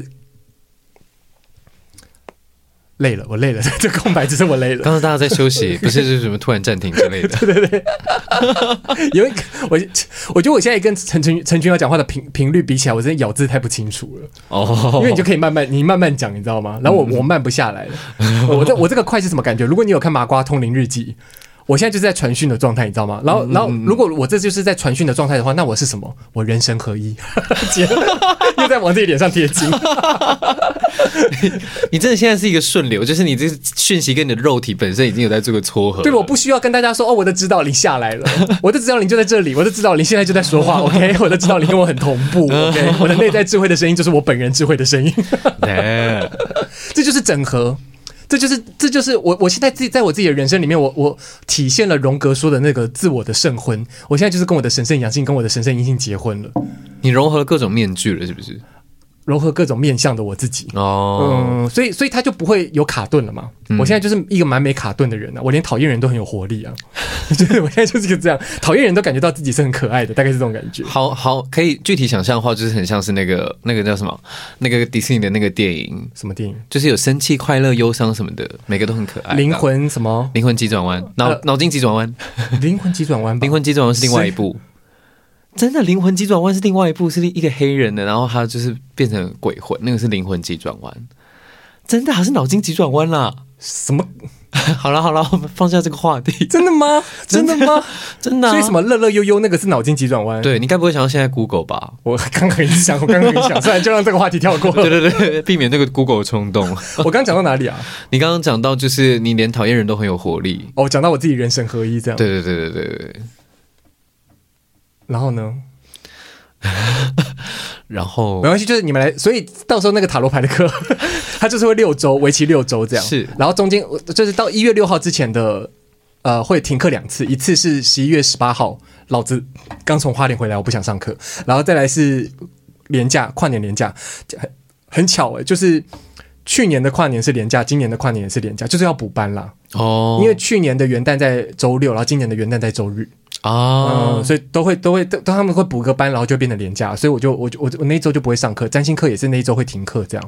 S1: 累了，我累了，这空白只是我累了。
S2: 刚刚大家在休息，不是什么突然暂停之类的。
S1: 对，有一个我觉得我现在跟陈群要讲话的频率比起来，我真的咬字太不清楚了。因为你就可以慢慢讲，你知道吗？然后我慢不下来了。我这个快是什么感觉？如果你有看麻瓜通灵日记。我现在就是在传讯的状态，你知道吗？然后，如果我这就是在传讯的状态的话，那我是什么？我人神合一，又在往自己脸上贴金。
S2: 你真的现在是一个顺流，就是你这讯息跟你的肉体本身已经有在做个撮合。
S1: 对，我不需要跟大家说我的指导灵下来了，我的指导灵就在这里，我的指导灵现在就在说话。OK， 我的指导灵跟我很同步。OK， 我的内在智慧的声音就是我本人智慧的声音。这就是整合。这就是我现在在我自己的人生里面，我体现了荣格说的那个自我的圣婚。我现在就是跟我的神圣阳性跟我的神圣阴性结婚了。
S2: 你融合了各种面具了，是不是？
S1: 融合各种面向的我自己所以他就不会有卡顿了嘛。我现在就是一个蛮没卡顿的人我连讨厌人都很有活力啊。就是我现在就是一个这样，讨厌人都感觉到自己是很可爱的，大概是这种感觉。
S2: 好，可以具体想象的话，就是很像是那个叫什么，那个迪士尼的那个电影。
S1: 什么电影？
S2: 就是有生气、快乐、忧伤什么的，每个都很可爱。
S1: 灵魂什么？
S2: 灵魂急转弯，脑筋急转弯。
S1: 灵魂急转弯吧，
S2: 灵魂急转弯是另外一部。真的，灵魂急转弯是另外一部，是一个黑人的，然后他就是变成鬼魂，那个是灵魂急转弯。真的还是脑筋急转弯啦？
S1: 什么？
S2: 好了，我们放下这个话题。
S1: 真的吗？真的吗？
S2: 真的、啊。
S1: 所以什么乐乐悠悠那个是脑筋急转弯？
S2: 对，你该不会想要现在 Google 吧？
S1: 我刚刚很想，虽然就让这个话题跳过。
S2: 对，避免那个 Google 冲动。
S1: 我刚刚讲到哪里啊？
S2: 你刚刚讲到就是你连讨厌人都很有活力。
S1: 讲到我自己人神合一这样。
S2: 对。
S1: 然后呢？
S2: 然后
S1: 没关系，就是你们来，所以到时候那个塔罗牌的课，它就是会6周，为期6周这样。
S2: 是，
S1: 然后中间就是到1月6号之前的，会停课2次，一次是11月18号，老子刚从花莲回来，我不想上课，然后再来是跨年连假，很巧就是去年的跨年是连假，今年的跨年也是连假，就是要补班啦。因为去年的元旦在周6，然后今年的元旦在周日。所以他们会补个班，然后就变成连假，所以我那一周就不会上课，占星课也是那一周会停课这样。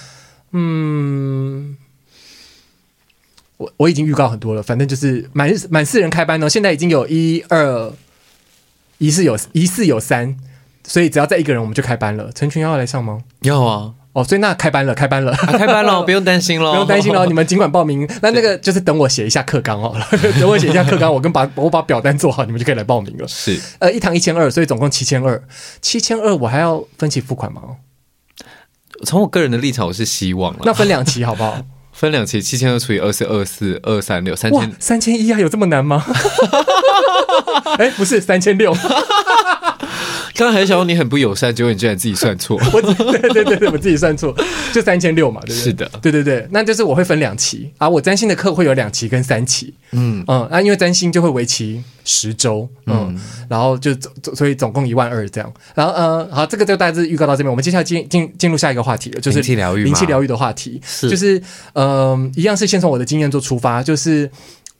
S1: 我已经预告很多了，反正就是满4人开班现在已经有1、2，疑似有3，所以只要再一个人我们就开班了。陈群要来上吗？
S2: 要啊。
S1: 所以那开班了，
S2: 开班了，不用担心咯，
S1: 不用担心咯，你们尽管报名。那个就是等我写一下课纲等我写一下课纲，我把表单做好，你们就可以来报名了。
S2: 是，
S1: 一堂1200，所以总共7200，我还要分期付款吗？
S2: 从我个人的立场，我是希望
S1: 那分2期好不好？
S2: 分2期，7200除以24、24、236，3000。
S1: 哇，3100啊，有这么难吗？不是3600。
S2: 刚刚还想说你很不友善，结果你居然自己算错。
S1: 对，我自己算错，就3600嘛，对不对？
S2: 是的，
S1: 对，那就是我会分2期啊。我占星的课会有2期跟3期，因为占星就会为期10周，然后所以总共12000这样。然后好，这个就大致预告到这边，我们接下来进入下一个话题了，就是灵气疗愈的话题，就是一样是先从我的经验做出发，就是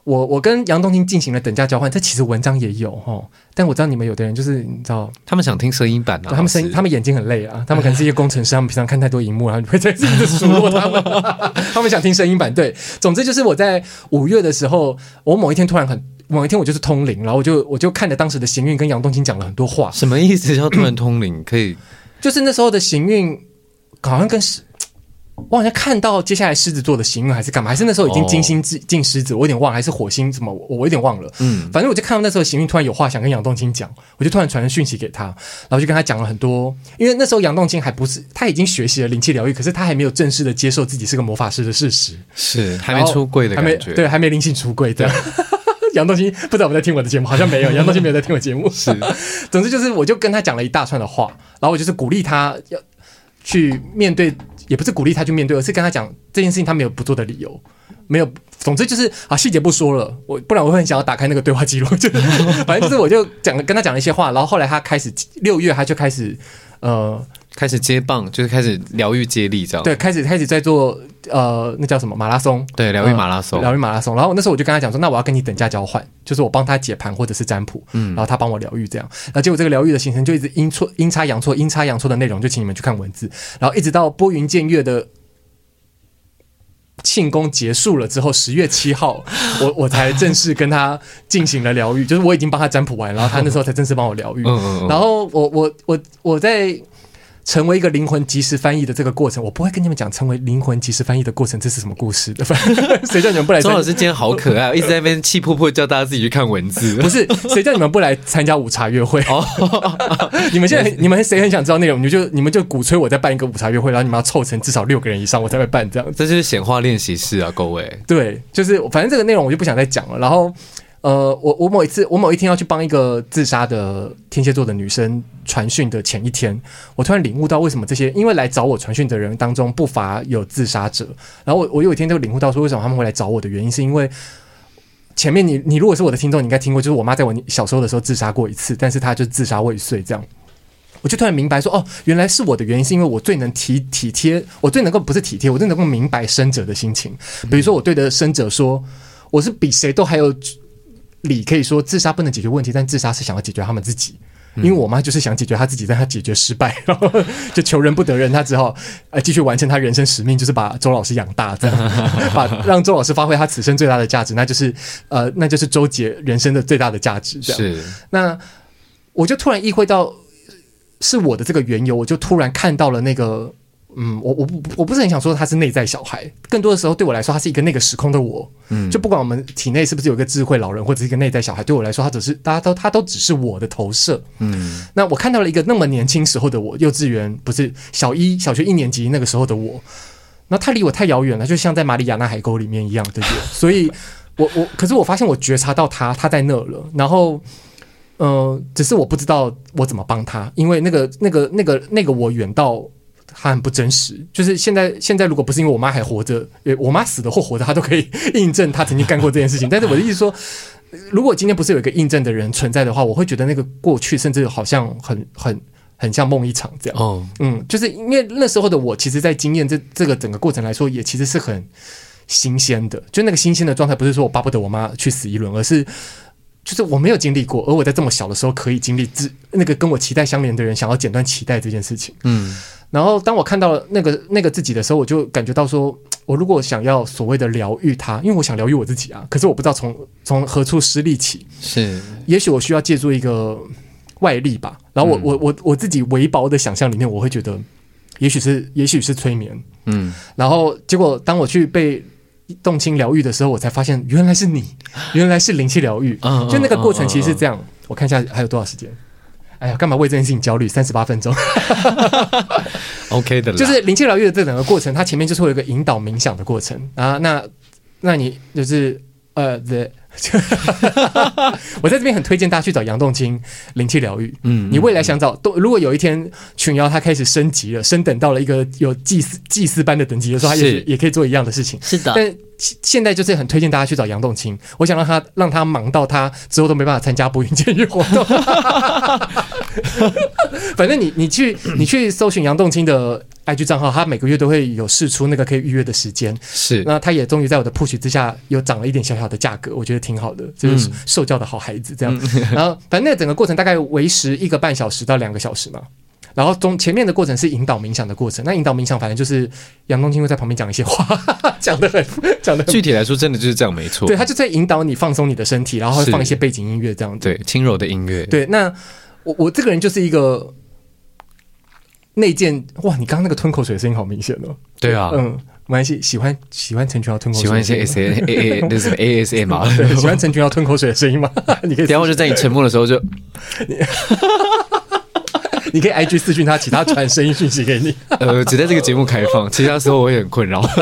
S1: 我跟杨栋清进行了等价交换，这其实文章也有齁，但我知道你们有的人就是你知道，
S2: 他们想听声音版啊，
S1: 他们眼睛很累啊，他们可能是一些工程师，他们平常看太多荧幕，然后你会在一直数落他们，他们想听声音版。对，总之就是我在5月的时候，我某一天我就是通灵，然后我就看着当时的行运跟杨栋清讲了很多话。
S2: 什么意思？叫突然通灵？可以，就是
S1: 那时候的行运好像我好像看到接下来狮子座的行运还是干嘛，还是那时候已经金星进狮子，我有点忘了，还是火星什么，我有点忘了。反正我就看到那时候行运突然有话想跟杨栋清讲，我就突然传了讯息给他，然后就跟他讲了很多。因为那时候杨栋清还不是，他已经学习了灵气疗愈，可是他还没有正式的接受自己是个魔法师的事实，
S2: 是还没出柜的感觉，
S1: 对，还没灵性出柜的。杨栋清不知道有没有在听我的节目，好像没有。杨栋清没有在听我节目。是，总之就是我就跟他讲了一大串的话，然后我就是鼓励他要去面对。也不是鼓励他去面对，而是跟他讲这件事情他没有不做的理由，没有。总之就是细节不说了，不然我会很想要打开那个对话记录。反正就是我就跟他讲了一些话，然后后来他开始6月他就开始
S2: 接棒，就是开始疗愈接力这样。
S1: 对，开始在做那叫什么马拉松？对，疗愈马拉松。然后那时候我就跟他讲说，那我要跟你等价交换，就是我帮他解盘或者是占卜，然后他帮我疗愈这样。然后结果这个疗愈的行程就一直阴差阳错的内容，就请你们去看文字，然后一直到拨云见月的庆功结束了之后，10月7号，我才正式跟他进行了疗愈，就是我已经帮他占卜完，然后他那时候才正式帮我疗愈。然后我在成为一个灵魂即时翻译的这个过程，我不会跟你们讲成为灵魂即时翻译的过程这是什么故事的。谁叫你们不来？
S2: 周老师今天好可爱，一直在那边气噗噗叫大家自己去看文字。
S1: 不是，谁叫你们不来参加午茶约会？你们现在谁很想知道内容，你们就鼓吹我在办一个午茶约会，然后你们要凑成至少6个人以上，我才会办这样。
S2: 这就是显化练习室啊，各位。
S1: 对，就是反正这个内容我就不想再讲了。然后我某一天要去帮一个自杀的天蝎座的女生传讯的前一天，我突然领悟到为什么这些因为来找我传讯的人当中不乏有自杀者，然后我有一天就领悟到说为什么他们会来找我的原因，是因为前面你如果是我的听众，你应该听过，就是我妈在我小时候的时候自杀过一次，但是她就自杀未遂这样。我就突然明白说，原来是我的原因是因为我最能体贴，我最能够不是体贴，我最能够明白生者的心情。比如说我对的生者说，我是比谁都还有理可以说自杀不能解决问题，但自杀是想要解决他们自己。因为我妈就是想解决她自己，但她解决失败，然后就求人不得人，她只好继续完成她人生使命，就是把周老师养大，这样让周老师发挥他此生最大的价值，那就是周杰人生的最大的价值。这样是，那我就突然意会到是我的这个缘由，我就突然看到了那个。我不是很想说他是内在小孩，更多的时候对我来说他是一个那个时空的我。就不管我们体内是不是有一个智慧老人或者是一个内在小孩，对我来说他都只是我的投射。那我看到了一个那么年轻时候的我，幼稚园不是小学1年级那个时候的我，那他离我太遥远了，就像在马里亚纳海沟里面一样的我。所以可是我发现我觉察到他在那了，然后只是我不知道我怎么帮他，因为那个我远到他很不真实，就是现在如果不是因为我妈还活着，我妈死了或活着，她都可以印证她曾经干过这件事情。但是我的意思说，如果今天不是有一个印证的人存在的话，我会觉得那个过去甚至好像很像梦一场这样。就是因为那时候的我，其实在经验这个整个过程来说，也其实是很新鲜的。就那个新鲜的状态，不是说我巴不得我妈去死一轮，而是就是我没有经历过，而我在这么小的时候可以经历那个跟我期待相连的人想要剪断期待这件事情。然后当我看到了那个自己的时候，我就感觉到说，我如果想要所谓的疗愈他，因为我想疗愈我自己啊，可是我不知道从何处施力起，是也许我需要借助一个外力吧。然后我自己微薄的想象里面，我会觉得也许是催眠。然后结果当我去被动情疗愈的时候，我才发现原来是你，原来是灵气疗愈。就那个过程其实是这样。我看一下还有多少时间。哎呀，干嘛为这件事情焦虑？38分钟
S2: ，OK 的啦。就是
S1: 灵气疗愈的这整个过程，它前面就是会有一个引导冥想的过程啊。那你就是我在这边很推荐大家去找杨栋清灵气疗愈。你未来想找如果有一天群瑶他开始升级了，升等到了一个有祭司般的等级的时候，他也可以做一样的事情。是的，但现在就是很推荐大家去找杨栋清。我想让他忙到他之后都没办法参加拨云见月活动。反正你去搜寻杨栋清的 IG 账号，他每个月都会有释出那个可以预约的时间，
S2: 是，
S1: 那他也终于在我的 push 之下有涨了一点小小的价格，我觉得挺好的，就是受教的好孩子这样。然后反正那个整个过程大概维持1个半小时到2个小时嘛。然后前面的过程是引导冥想的过程，那引导冥想反正就是杨东青会在旁边讲一些话，讲得很
S2: 具体来说真的就是这样没错。
S1: 对，他就在引导你放松你的身体，然后会放一些背景音乐这样子，
S2: 对，轻柔的音乐。
S1: 对，那我这个人就是一个内建，哇，你刚刚那个吞口水的声音好明显哦。
S2: 对啊，
S1: 没关系，喜欢陈群瑶吞口水，
S2: 喜欢一些 那什么 ASM 嘛，
S1: 对，喜欢陈群瑶吞口水的声音吗？你可以，
S2: 然后就在你沉默的时候就。
S1: 你可以 IG 私讯他，其他传声音讯息给你。
S2: 只在这个节目开放，其他时候我也很困扰。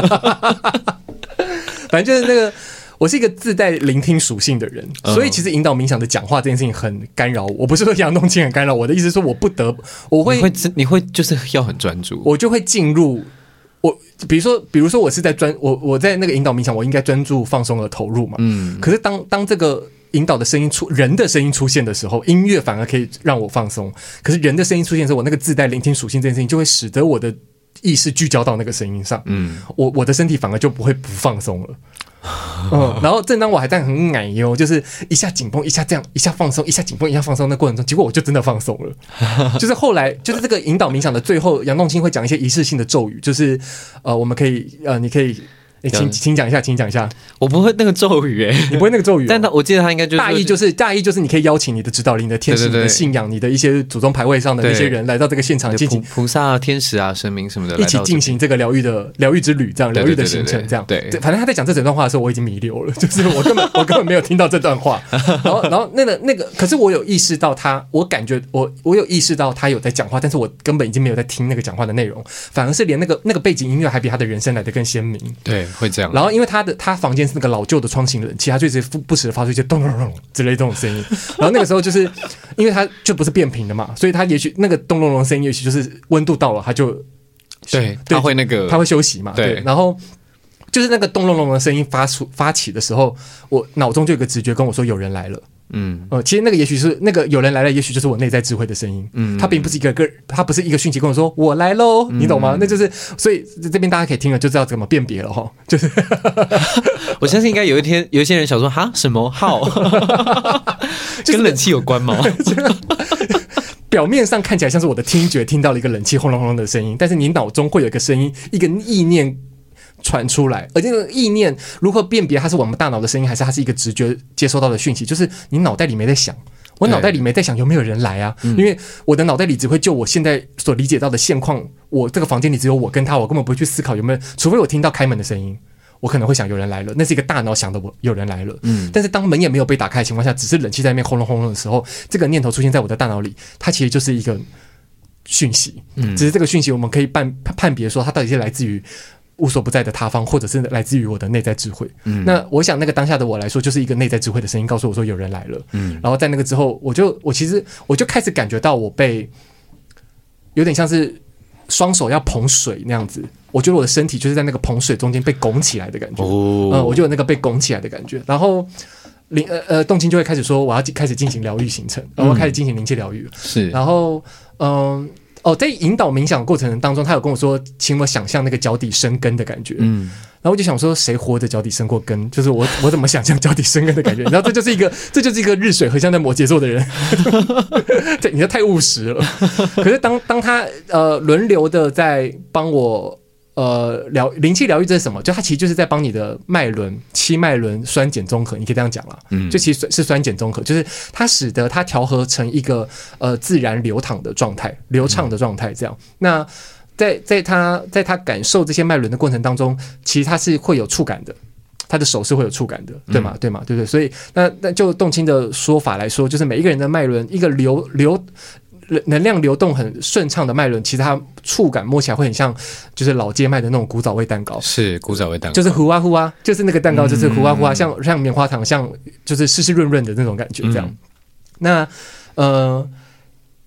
S1: 反正就是那个，我是一个自带聆听属性的人，所以其实引导冥想的讲话这件事情很干扰我。我不是说杨东青很干扰我的意思，是说你会就是要很专注，我就会进入。比如说我是在我在那个引导冥想，我应该专注放松而投入嘛。可是当这个引导的声音人的声音出现的时候，音乐反而可以让我放松。可是人的声音出现的时候，我那个自带聆听属性这件事情，就会使得我的意识聚焦到那个声音上。我的身体反而就不会不放松了。然后正当我还在很奶油，就是一下紧绷，一下这样，一下放松，一下紧绷，一下放松的过程中，结果我就真的放松了。就是后来，就是这个引导冥想的最后，杨栋清会讲一些仪式性的咒语，就是我们可以你可以。请讲一下，请讲一下。
S2: 我不会那个咒语你
S1: 不会那个咒语
S2: 但我记得他应该就是
S1: 大意就是你可以邀请你的指导灵、你的天使、你的信仰、你的一些祖宗牌位上的那些人来到这个现场进行
S2: 菩萨、天使啊、神明什么的，
S1: 一起进行这个疗愈之旅，这样疗愈的行程，这样。对，反正他在讲这整段话的时候，我已经弥留了，就是我根本没有听到这段话。然后那个，可是我有意识到他，我感觉我有意识到他有在讲话，但是我根本已经没有在听那个讲话的内容，反而是连那个背景音乐还比他的人声来得更鲜明。
S2: 对，会这样。
S1: 然后因为他房间是那个老旧的窗型冷气，他就一直不时的发出一些咚咚咚之类这种声音。然后那个时候就是因为他就不是变频的嘛，所以他也许那个咚咚咚声音，也许就是温度到了，他就
S2: 对他会他
S1: 会休息嘛。对，然后就是那个咚咚咚的声音发起的时候，我脑中就有个直觉跟我说有人来了。其实那个也许是那个有人来了，也许就是我内在智慧的声音。它并不是它不是一个讯息跟我说我来喽，你懂吗？那就是所以这边大家可以听了就知道怎么辨别了哈。就是
S2: 我相信应该有一些人想说哈什么号，跟冷气有关吗？
S1: 表面上看起来像是我的听觉听到了一个冷气轰隆轰隆的声音，但是你脑中会有一个声音，一个意念传出来，而这个意念如何辨别它是我们大脑的声音，还是它是一个直觉接收到的讯息？就是你脑袋里没在想，我脑袋里没在想有没有人来啊，因为我的脑袋里只会就我现在所理解到的现况，我这个房间里只有我跟他，我根本不会去思考有没有，除非我听到开门的声音，我可能会想有人来了，那是一个大脑想的我有人来了。但是当门也没有被打开的情况下，只是冷气在那边轰隆轰隆的时候，这个念头出现在我的大脑里，它其实就是一个讯息。只是这个讯息我们可以判别说它到底是来自于无所不在的他方，或者是来自于我的内在智慧。那我想那个当下的我来说，就是一个内在智慧的声音告诉我说有人来了。然后在那个之后，我就开始感觉到我被有点像是双手要捧水那样子，我觉得我的身体就是在那个捧水中间被拱起来的感觉。我就有那个被拱起来的感觉。然后动青就会开始说我要开始进行疗愈行程，然后开始进行灵气疗愈。是，然后在引导冥想的过程当中，他有跟我说，请我想象那个脚底生根的感觉。然后我就想说，谁活着脚底生过根？就是我怎么想象脚底生根的感觉？然后这就是一个日水合相在摩羯座的人，你这太务实了。可是当他轮流的在帮我灵气疗愈，这是什么？就它其实就是在帮你的脉轮七脉轮酸碱中和，你可以这样讲啦。就其实是酸碱中和，就是它使得它调和成一个自然流淌的状态、流畅的状态。这样，那在他感受这些脉轮的过程当中，其实他是会有触感的，他的手是会有触感的，对吗？对吗？对不对？所以那就动青的说法来说，就是每一个人的脉轮，一个能量流动很顺畅的脉轮，其实它触感摸起来会很像，就是老街卖的那种古早味蛋糕。是古早味蛋糕，就是糊啊糊啊，就是那个蛋糕，就是糊啊糊啊，像棉花糖，像就是湿湿润润的那种感觉。这样，那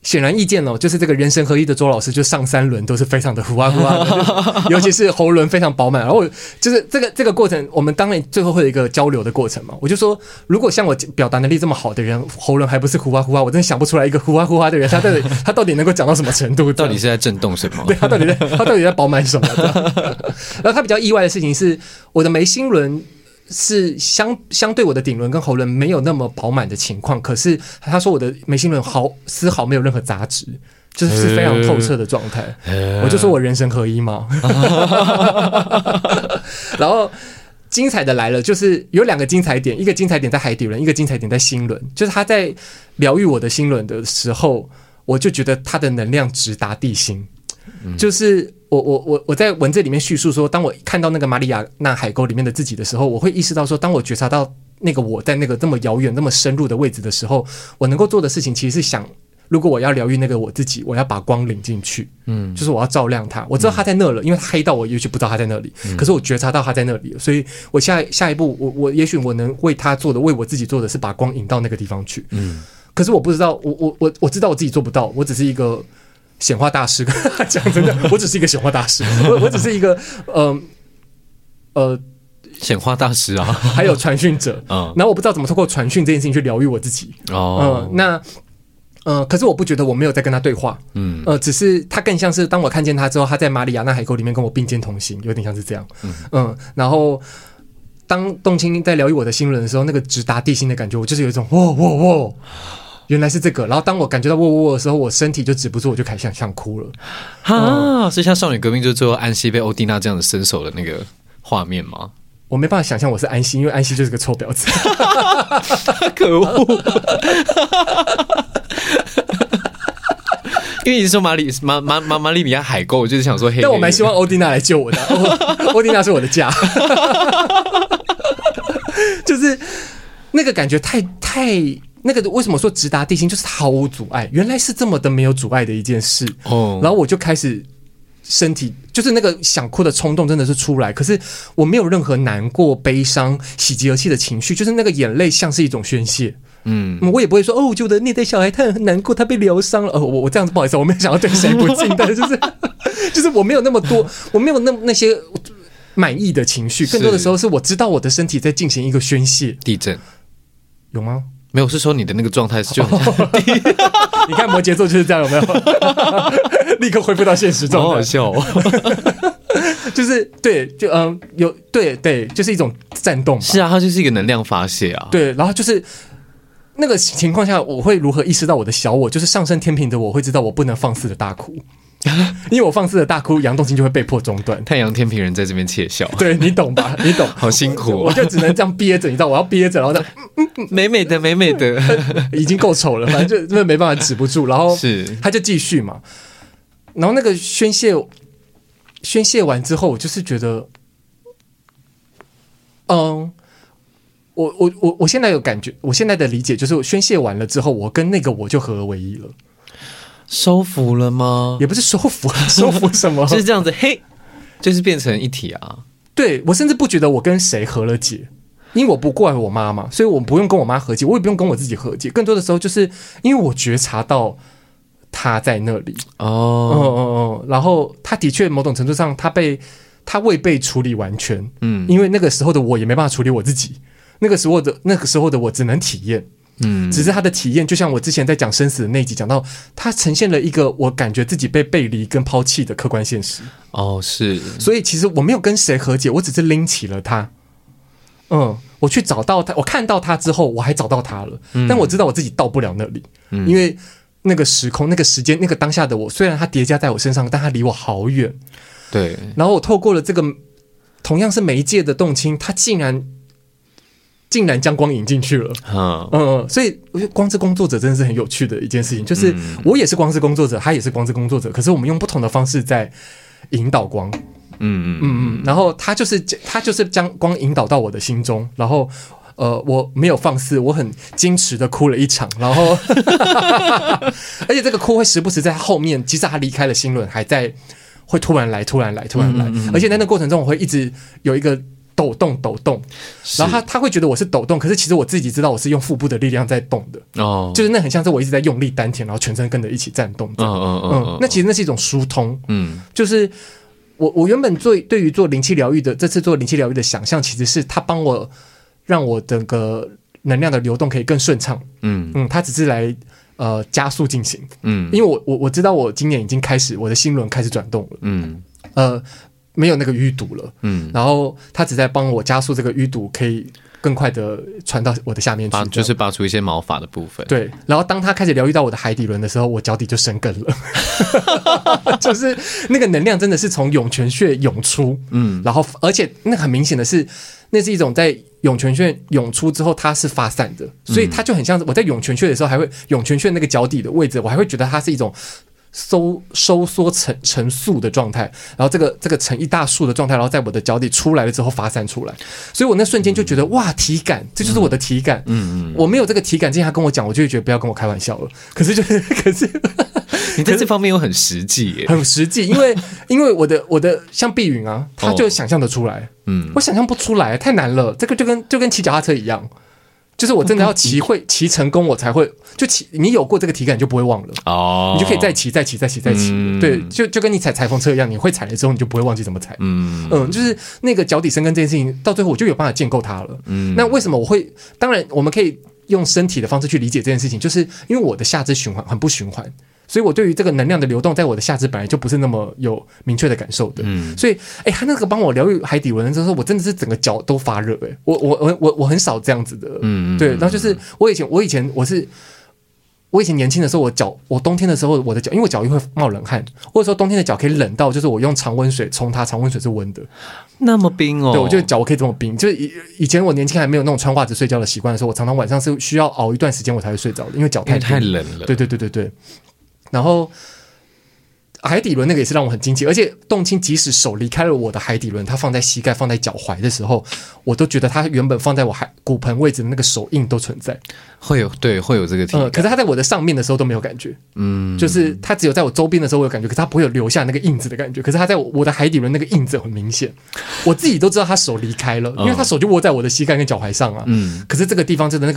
S1: 显然易见了，就是这个人神合一的周老师，就上3轮都是非常的呼啊呼啊的，尤其是喉轮非常饱满。然后就是这个过程，我们当然最后会有一个交流的过程嘛。我就说，如果像我表达能力这么好的人，喉轮还不是呼啊呼啊，我真的想不出来一个呼啊呼啊的人，他到底能够讲到什么程度？
S2: 到底是在震动什么？
S1: 对，他到底在饱满什么？然后他比较意外的事情是，我的眉心轮是相对我的顶轮跟喉轮没有那么饱满的情况，可是他说我的眉心轮丝毫没有任何杂质，就是非常透彻的状态。我就说我人神合一嘛。然后精彩的来了，就是有2个精彩点，一个精彩点在海底轮，一个精彩点在心轮。就是他在疗愈我的心轮的时候，我就觉得他的能量直达地心，就是我在文字里面叙述说，当我看到那个马里亚纳海沟里面的自己的时候，我会意识到说，当我觉察到那个我在那个这么遥远、那么深入的位置的时候，我能够做的事情其实是想，如果我要疗愈那个我自己，我要把光领进去，就是我要照亮它。我知道它在那了，因为它黑到我也许不知道它在那里，可是我觉察到它在那里了，所以我下一步，我也许我能为他做的，为我自己做的是把光引到那个地方去。可是我不知道，我知道我自己做不到，我只是一个显化大师。讲真的，我只是一个显化大师，我只是一个
S2: 显化大师啊，
S1: 还有传讯者。然后我不知道怎么透过传讯这件事情去疗愈我自己。可是我不觉得我没有在跟他对话。只是他更像是当我看见他之后，他在马里亚纳海沟里面跟我并肩同行，有点像是这样。然后当动青在疗愈我的心轮的时候，那个直达地心的感觉，我就是有一种哇，原来是这个。然后当我感觉到喔的时候，我身体就止不住，我就开始想哭了。
S2: 所以像少女革命就最后安息被欧蒂娜这样子伸手的那个画面吗？
S1: 我没办法想象我是安息，因为安息就是个臭婊子。
S2: 可恶！因为你说马里亚海沟，我就是想说黑。
S1: 但我蛮希望欧蒂娜来救我的。欧蒂娜是我的家。就是那个感觉太那个，为什么说直达地心就是毫无阻碍？原来是这么的没有阻碍的一件事。然后我就开始身体就是那个想哭的冲动真的是出来，可是我没有任何难过、悲伤、喜极而泣的情绪，就是那个眼泪像是一种宣泄。我也不会说我觉得那代小孩他很难过，他被疗伤了。我这样子不好意思，我没有想要对谁不敬，但就是我没有那么多，我没有那些满意的情绪，更多的时候是我知道我的身体在进行一个宣泄。
S2: 地震
S1: 有吗？
S2: 没有，是说你的那个状态就很像
S1: 你看摩羯座就是这样，有没有？立刻恢复到现实状态，
S2: 好好笑哦。
S1: 就是对，就有对，就是一种战动。
S2: 是啊，它就是一个能量发泄啊。
S1: 对，然后就是那个情况下，我会如何意识到我的小我，就是上升天平的我会知道我不能放肆的大哭。因为我放肆的大哭，杨栋青就会被迫中断。
S2: 太阳天平人在这边窃笑，
S1: 对你懂吧？你懂，
S2: 好辛苦
S1: 我就只能这样憋着，你知道，我要憋着，然后
S2: 美美的，
S1: 已经够丑了，反正就真的没办法止不住，然后他就继续嘛，然后那个宣泄完之后，我就是觉得，我现在有感觉，我现在的理解就是，我宣泄完了之后，我跟那个我就合而为一了。
S2: 收服了吗？
S1: 也不是收服，收服什么？
S2: 就是这样子，嘿，就是变成一体啊。
S1: 对，我甚至不觉得我跟谁和了解，因为我不怪我妈嘛，所以我不用跟我妈和解，我也不用跟我自己和解。更多的时候，就是因为我觉察到他在那里然后他的确某种程度上，他未被处理完全，因为那个时候的我也没办法处理我自己，那个时候的我只能体验。只是他的体验，就像我之前在讲生死的那一集讲到，他呈现了一个我感觉自己被背离跟抛弃的客观现实。
S2: 是，
S1: 所以其实我没有跟谁和解，我只是拎起了他。我去找到他，我看到他之后，我还找到他了。但我知道我自己到不了那里，因为那个时空、那个时间、那个当下的我，虽然他叠加在我身上，但他离我好远。
S2: 对。
S1: 然后我透过了这个同样是媒介的动青，他竟然将光引进去了。所以我觉得光之工作者真的是很有趣的一件事情，就是我也是光之工作者，他也是光之工作者，可是我们用不同的方式在引导光。然后他就是将光引导到我的心中，然后我没有放肆，我很矜持的哭了一场，然后而且这个哭会时不时在后面，即使他离开了心轮，还在会突然来，而且在那个过程中我会一直有一个抖动，然后他会觉得我是抖动，可是其实我自己知道我是用腹部的力量在动的就是那很像是我一直在用力丹田，然后全身跟着一起颤动那其实那是一种疏通就是我原本对于做灵气疗愈的这次做灵气疗愈的想象，其实是他帮我让我整个能量的流动可以更顺畅他只是来加速进行因为我知道我今年已经开始我的心轮开始转动了没有那个淤堵了然后他只在帮我加速这个淤堵可以更快的传到我的下面去，
S2: 就是拔出一些毛发的部分。
S1: 对，然后当他开始疗愈到我的海底轮的时候，我脚底就生根了就是那个能量真的是从涌泉穴涌出然后而且那很明显的是那是一种在涌泉穴涌出之后它是发散的，所以它就很像我在涌泉穴的时候还会涌泉穴那个脚底的位置我还会觉得它是一种收缩成束的状态，然后这个成一大束的状态，然后在我的脚底出来了之后发散出来，所以我那瞬间就觉得哇体感，这就是我的体感我没有这个体感之前他跟我讲我就会觉得不要跟我开玩笑了，可是
S2: 你在这方面又很实际耶，
S1: 很实际，因为我的像碧云啊他就想象得出来我想象不出来太难了，这个就跟骑脚踏车一样，就是我真的要骑成功我才会你有过这个体感你就不会忘了你就可以再骑对，就跟你踩裁缝车一样，你会踩了之后你就不会忘记怎么踩就是那个脚底生根这件事情到最后我就有办法建构它了那为什么我会当然我们可以用身体的方式去理解这件事情，就是因为我的下肢循环很不循环，所以我对于这个能量的流动在我的下肢本来就不是那么有明确的感受的所以他那个帮我疗愈海底轮的时候我真的是整个脚都发热我很少这样子的对，然后就是我以前年轻的时候我冬天的时候我的脚因为我脚会冒冷汗，或者说冬天的脚可以冷到就是我用常温水冲它，常温水是温的，
S2: 那么冰
S1: 对，我觉得脚我可以这么冰，就是以前我年轻还没有那种穿袜子睡觉的习惯的时候，我常常晚上是需要熬一段时间我才会睡着的，因为脚太
S2: 冷了。
S1: 对，然后海底轮那个也是让我很惊奇，而且动青即使手离开了我的海底轮，它放在膝盖放在脚踝的时候，我都觉得它原本放在我骨盆位置的那个手印都存在，会有
S2: 这个体感
S1: 可是它在我的上面的时候都没有感觉就是它只有在我周边的时候我有感觉，可是它不会有留下那个印子的感觉，可是它在我的海底轮那个印子很明显，我自己都知道他手离开了因为他手就握在我的膝盖跟脚踝上啊可是这个地方真的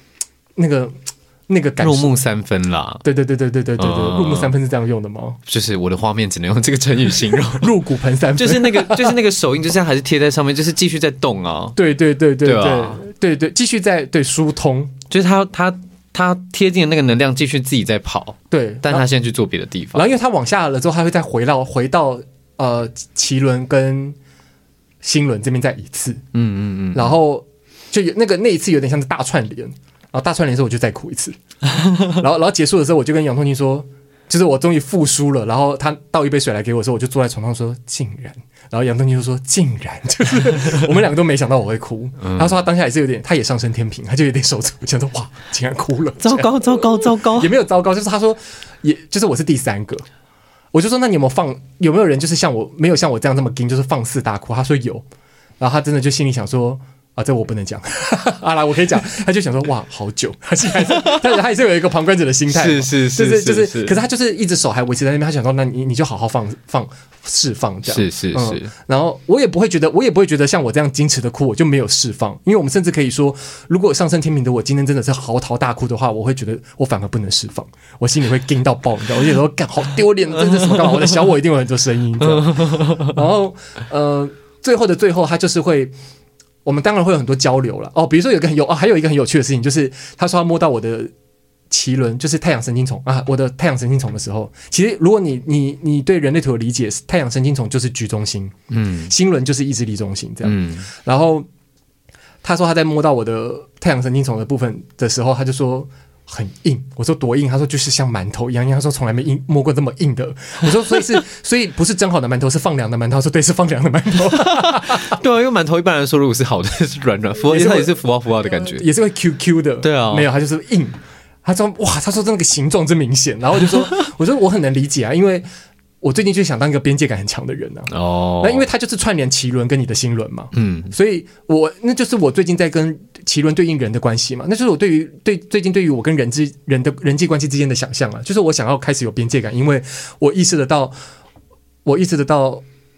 S1: 那个感受
S2: 入木三分啦，
S1: 对，入木三分是这样用的吗？
S2: 就是我的画面只能用这个成语形容
S1: 入骨盆三分
S2: 就是那个手印就是还是贴在上面，就是继续在动啊，
S1: 对，继续在对疏通，
S2: 就是他贴近的那个能量继续自己在跑，
S1: 对，
S2: 但他现在去做别的地方，
S1: 然后因为他往下了之后他会再回到脐轮跟心轮这边再一次然后就有那一次有点像是大串联，然后大串联的时候我就再哭一次然后结束的时候我就跟杨痛青说就是我终于复苏了，然后他倒一杯水来给我的时候我就坐在床上说竟然，然后杨痛青就说竟然，就是我们两个都没想到我会哭他说他当下也是有点他也上升天平，他就有点手足想说哇竟然哭了，
S2: 糟糕
S1: 也没有糟糕，就是他说也就是我是第三个，我就说那你有没有人就是像我没有像我这样这么硬就是放肆大哭，他说有，然后他真的就心里想说这我不能讲来我可以讲，他就想说哇好久，他还是有一个旁观者的心态，是可是他就是一直手还维持在那边，他想说那你就好好释放这样，
S2: 是
S1: 然后我也不会觉得像我这样矜持的哭我就没有释放，因为我们甚至可以说如果上升天平的我今天真的是嚎啕大哭的话，我会觉得我反而不能释放，我心里会惊到爆，你知道，我就说干好丢脸，这是什么干嘛，我的小我一定有很多声音这样然后最后的最后他就是会我们当然会有很多交流了比如说还有一个很有趣的事情，就是他说他摸到我的脐轮，就是太阳神经丛我的太阳神经丛的时候，其实如果你对人类图的理解，太阳神经丛就是居中心心轮就是意志力中心这样然后他说他在摸到我的太阳神经丛的部分的时候，他就说很硬，我说多硬，他说就是像馒头一样，他说从来没摸过这么硬的，我说所以不是蒸好的馒头，是放凉的馒头，他说对，是放凉的馒头
S2: 对啊，因为馒头一般来说如果是好的是软软浮，它也是浮到的感觉，
S1: 也是会 QQ 的，对啊，没有，他就是硬，他说哇，他说那个形状真明显，然后我说我很能理解因为我最近就想当一个边界感很强的人那因为它就是串联脐轮跟你的心轮嘛所以那就是我最近在跟脐轮对应人的关系嘛，那就是我最近对于我跟人的人际关系之间的想象就是我想要开始有边界感，因为我意识得到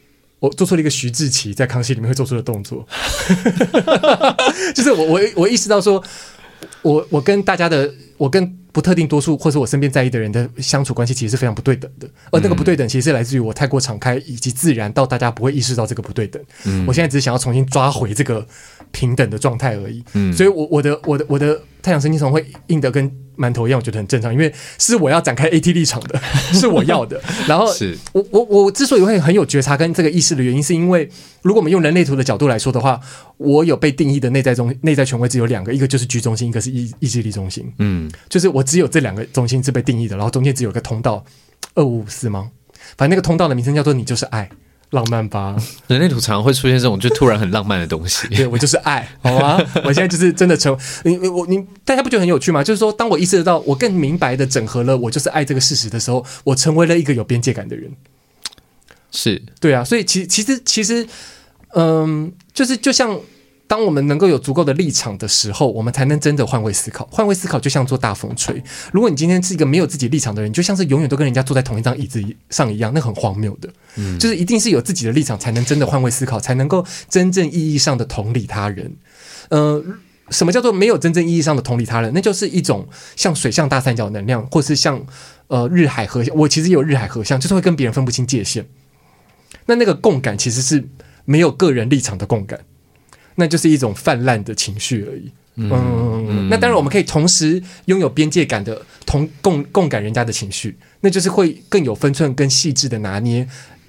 S1: 我做出了一个徐志奇在康熙里面会做出的动作，就是我意识到说，我跟大家的，我跟不特定多数或者我身边在意的人的相处关系其实是非常不对等的，而那个不对等其实是来自于我太过敞开以及自然到大家不会意识到这个不对等。我现在只是想要重新抓回这个平等的状态而已。所以我的太阳神经丛会硬的跟馒头一样，我觉得很正常，因为是我要展开 AT 立场的，是我要的。然后我之所以会很有觉察跟这个意识的原因，是因为如果我们用人类图的角度来说的话，我有被定义的内在权威只有2个，一个就是居中心，一个是意志力中心。就是我只有这2个中心是被定义的，然后中间只有一个通道2554吗？反正那个通道的名称叫做你就是爱。浪漫吧，
S2: 人类图常常会出现这种就突然很浪漫的东西。
S1: 对，我就是爱，好吗？我现在就是真的你大家不觉得很有趣吗？就是说，当我意识得到，我更明白的整合了我就是爱这个事实的时候，我成为了一个有边界感的人。
S2: 是，
S1: 对啊，所以其实，就是就像当我们能够有足够的立场的时候，我们才能真的换位思考。换位思考就像做大风吹。如果你今天是一个没有自己立场的人，就像是永远都跟人家坐在同一张椅子上一样，那很荒谬的。就是一定是有自己的立场，才能真的换位思考，才能够真正意义上的同理他人。什么叫做没有真正意义上的同理他人？那就是一种像水象大三角能量，或是像日海合相。我其实也有日海合相，就是会跟别人分不清界限。那个共感其实是没有个人立场的共感，那就是一种泛滥的情绪而已。那当然我们可以同时拥有边界感的共感人家的情绪，那就是会更有分寸跟细致的拿捏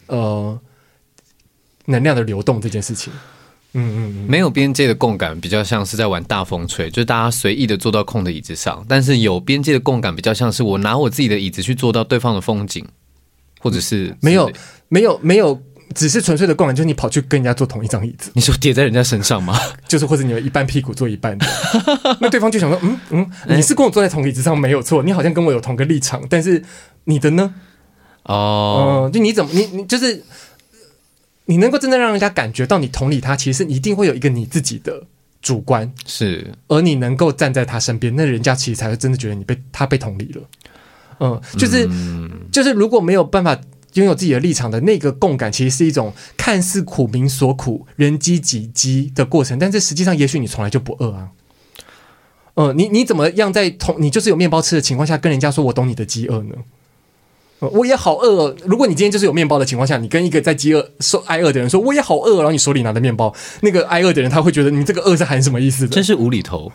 S1: 能量的流动这件事情。
S2: 没有边界的共感比较像是在玩大风吹，就是大家随意的坐到空的椅子上，但是有边界的共感比较像是我拿我自己的椅子去坐到对方的风景，或者是
S1: 没有只是纯粹的共感，就是你跑去跟人家坐同一张椅子。
S2: 你说叠在人家身上吗？
S1: 就是或者你有一半屁股坐一半的，那对方就想说，你是跟我坐在同个椅子上没有错，你好像跟我有同个立场，但是你的呢？就你怎么你就是你能够真的让人家感觉到你同理他，其实一定会有一个你自己的主观，
S2: 是，
S1: 而你能够站在他身边，那人家其实才会真的觉得他被同理了。就是如果没有办法拥有自己的立场的那个共感，其实是一种看似苦民所苦、人饥己饥的过程，但是实际上也许你从来就不饿啊。你怎么样在你就是有面包吃的情况下跟人家说我懂你的饥饿呢？我也好饿哦。如果你今天就是有面包的情况下，你跟一个在挨饿的人说我也好饿，然后你手里拿的面包，那个挨饿的人他会觉得你这个饿是含什么意思的？
S2: 真是无厘头。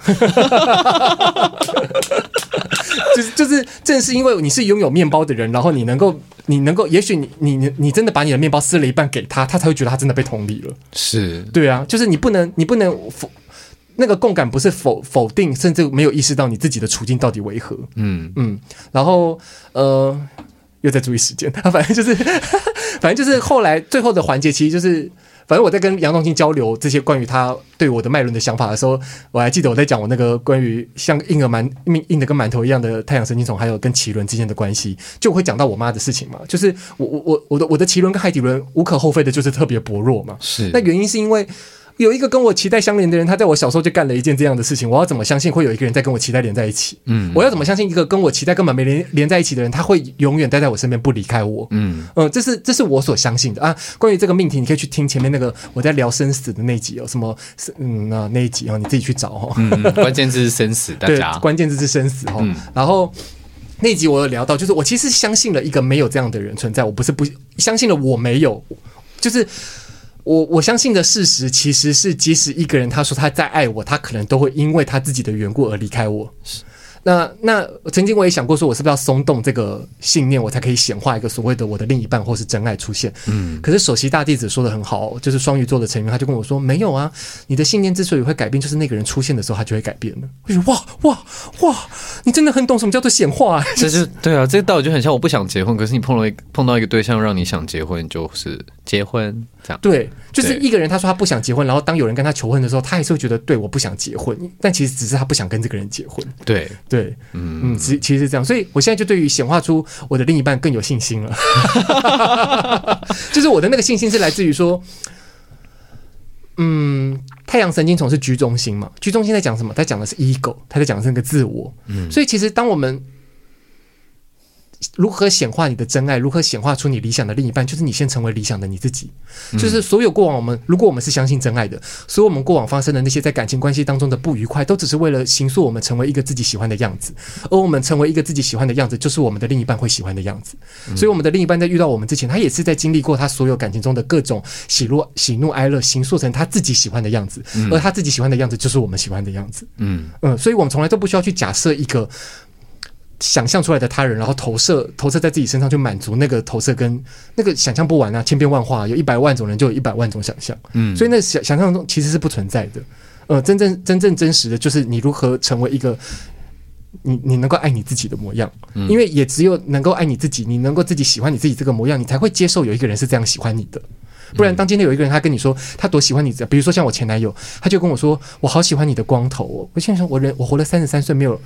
S1: 就是正是因为你是拥有面包的人，然后你能够，也许你真的把你的面包撕了一半给他，他才会觉得他真的被同理了。
S2: 是，
S1: 对啊，就是你不能那个共感不是否定，甚至没有意识到你自己的处境到底为何。然后又在注意时间，反正就是后来最后的环节，其实就是。反正我在跟杨仲清交流这些关于他对我的脉轮的想法的时候，我还记得我在讲我那个关于像硬的跟馒头一样的太阳神经丛，还有跟脐轮之间的关系，就会讲到我妈的事情嘛。就是我的脐轮跟海底轮无可厚非的就是特别薄弱嘛。
S2: 是，
S1: 那原因是因为有一个跟我期待相连的人，他在我小时候就干了一件这样的事情，我要怎么相信会有一个人在跟我期待连在一起？我要怎么相信一个跟我期待根本没连在一起的人，他会永远待在我身边不离开我？这是我所相信的啊。关于这个命题，你可以去听前面那个我在聊生死的那集什么那一集你自己去找
S2: 关键字是生死，大家
S1: 对，关键字是生死然后那集我有聊到，就是我其实相信了一个没有这样的人存在，我不是不相信了，我没有，就是。我相信的事实其实是，即使一个人他说他在爱我，他可能都会因为他自己的缘故而离开我。那曾经我也想过，说我是不是要松动这个信念，我才可以显化一个所谓的我的另一半或是真爱出现。可是首席大弟子说的很好，就是双鱼座的成员，他就跟我说，没有啊，你的信念之所以会改变，就是那个人出现的时候，他就会改变了。我就说哇，你真的很懂什么叫做显化
S2: 这是对啊，这个道理就很像我不想结婚，可是你碰到一个对象让你想结婚，就是结婚这样。
S1: 对，就是一个人他说他不想结婚，然后当有人跟他求婚的时候，他还是会觉得对我不想结婚，但其实只是他不想跟这个人结婚。
S2: 对，
S1: 其实是这样，所以我现在就对于显化出我的另一半更有信心了。就是我的那个信心是来自于说，太阳神经丛是居中心嘛，居中心在讲什么？他讲的是 ego， 他在讲的是那个自我。所以其实当我们如何显化你的真爱，如何显化出你理想的另一半，就是你先成为理想的你自己。就是所有过往如果我们是相信真爱的，所有我们过往发生的那些在感情关系当中的不愉快，都只是为了形塑我们成为一个自己喜欢的样子。而我们成为一个自己喜欢的样子，就是我们的另一半会喜欢的样子。所以我们的另一半在遇到我们之前，他也是在经历过他所有感情中的各种喜怒哀乐，形塑成他自己喜欢的样子。而他自己喜欢的样子，就是我们喜欢的样子。所以我们从来都不需要去假设一个想象出来的他人，然后投射在自己身上，去满足那个投射跟那个想象不完啊，千变万化，有100万种人就有100万种想象。所以那想象中其实是不存在的。真正真实的就是你如何成为一个你能够爱你自己的模样。因为也只有能够爱你自己，你能够自己喜欢你自己这个模样，你才会接受有一个人是这样喜欢你的。不然当今天有一个人他跟你说他多喜欢你，比如说像我前男友，他就跟我说我好喜欢你的光头哦。我现在说我活了33岁，没有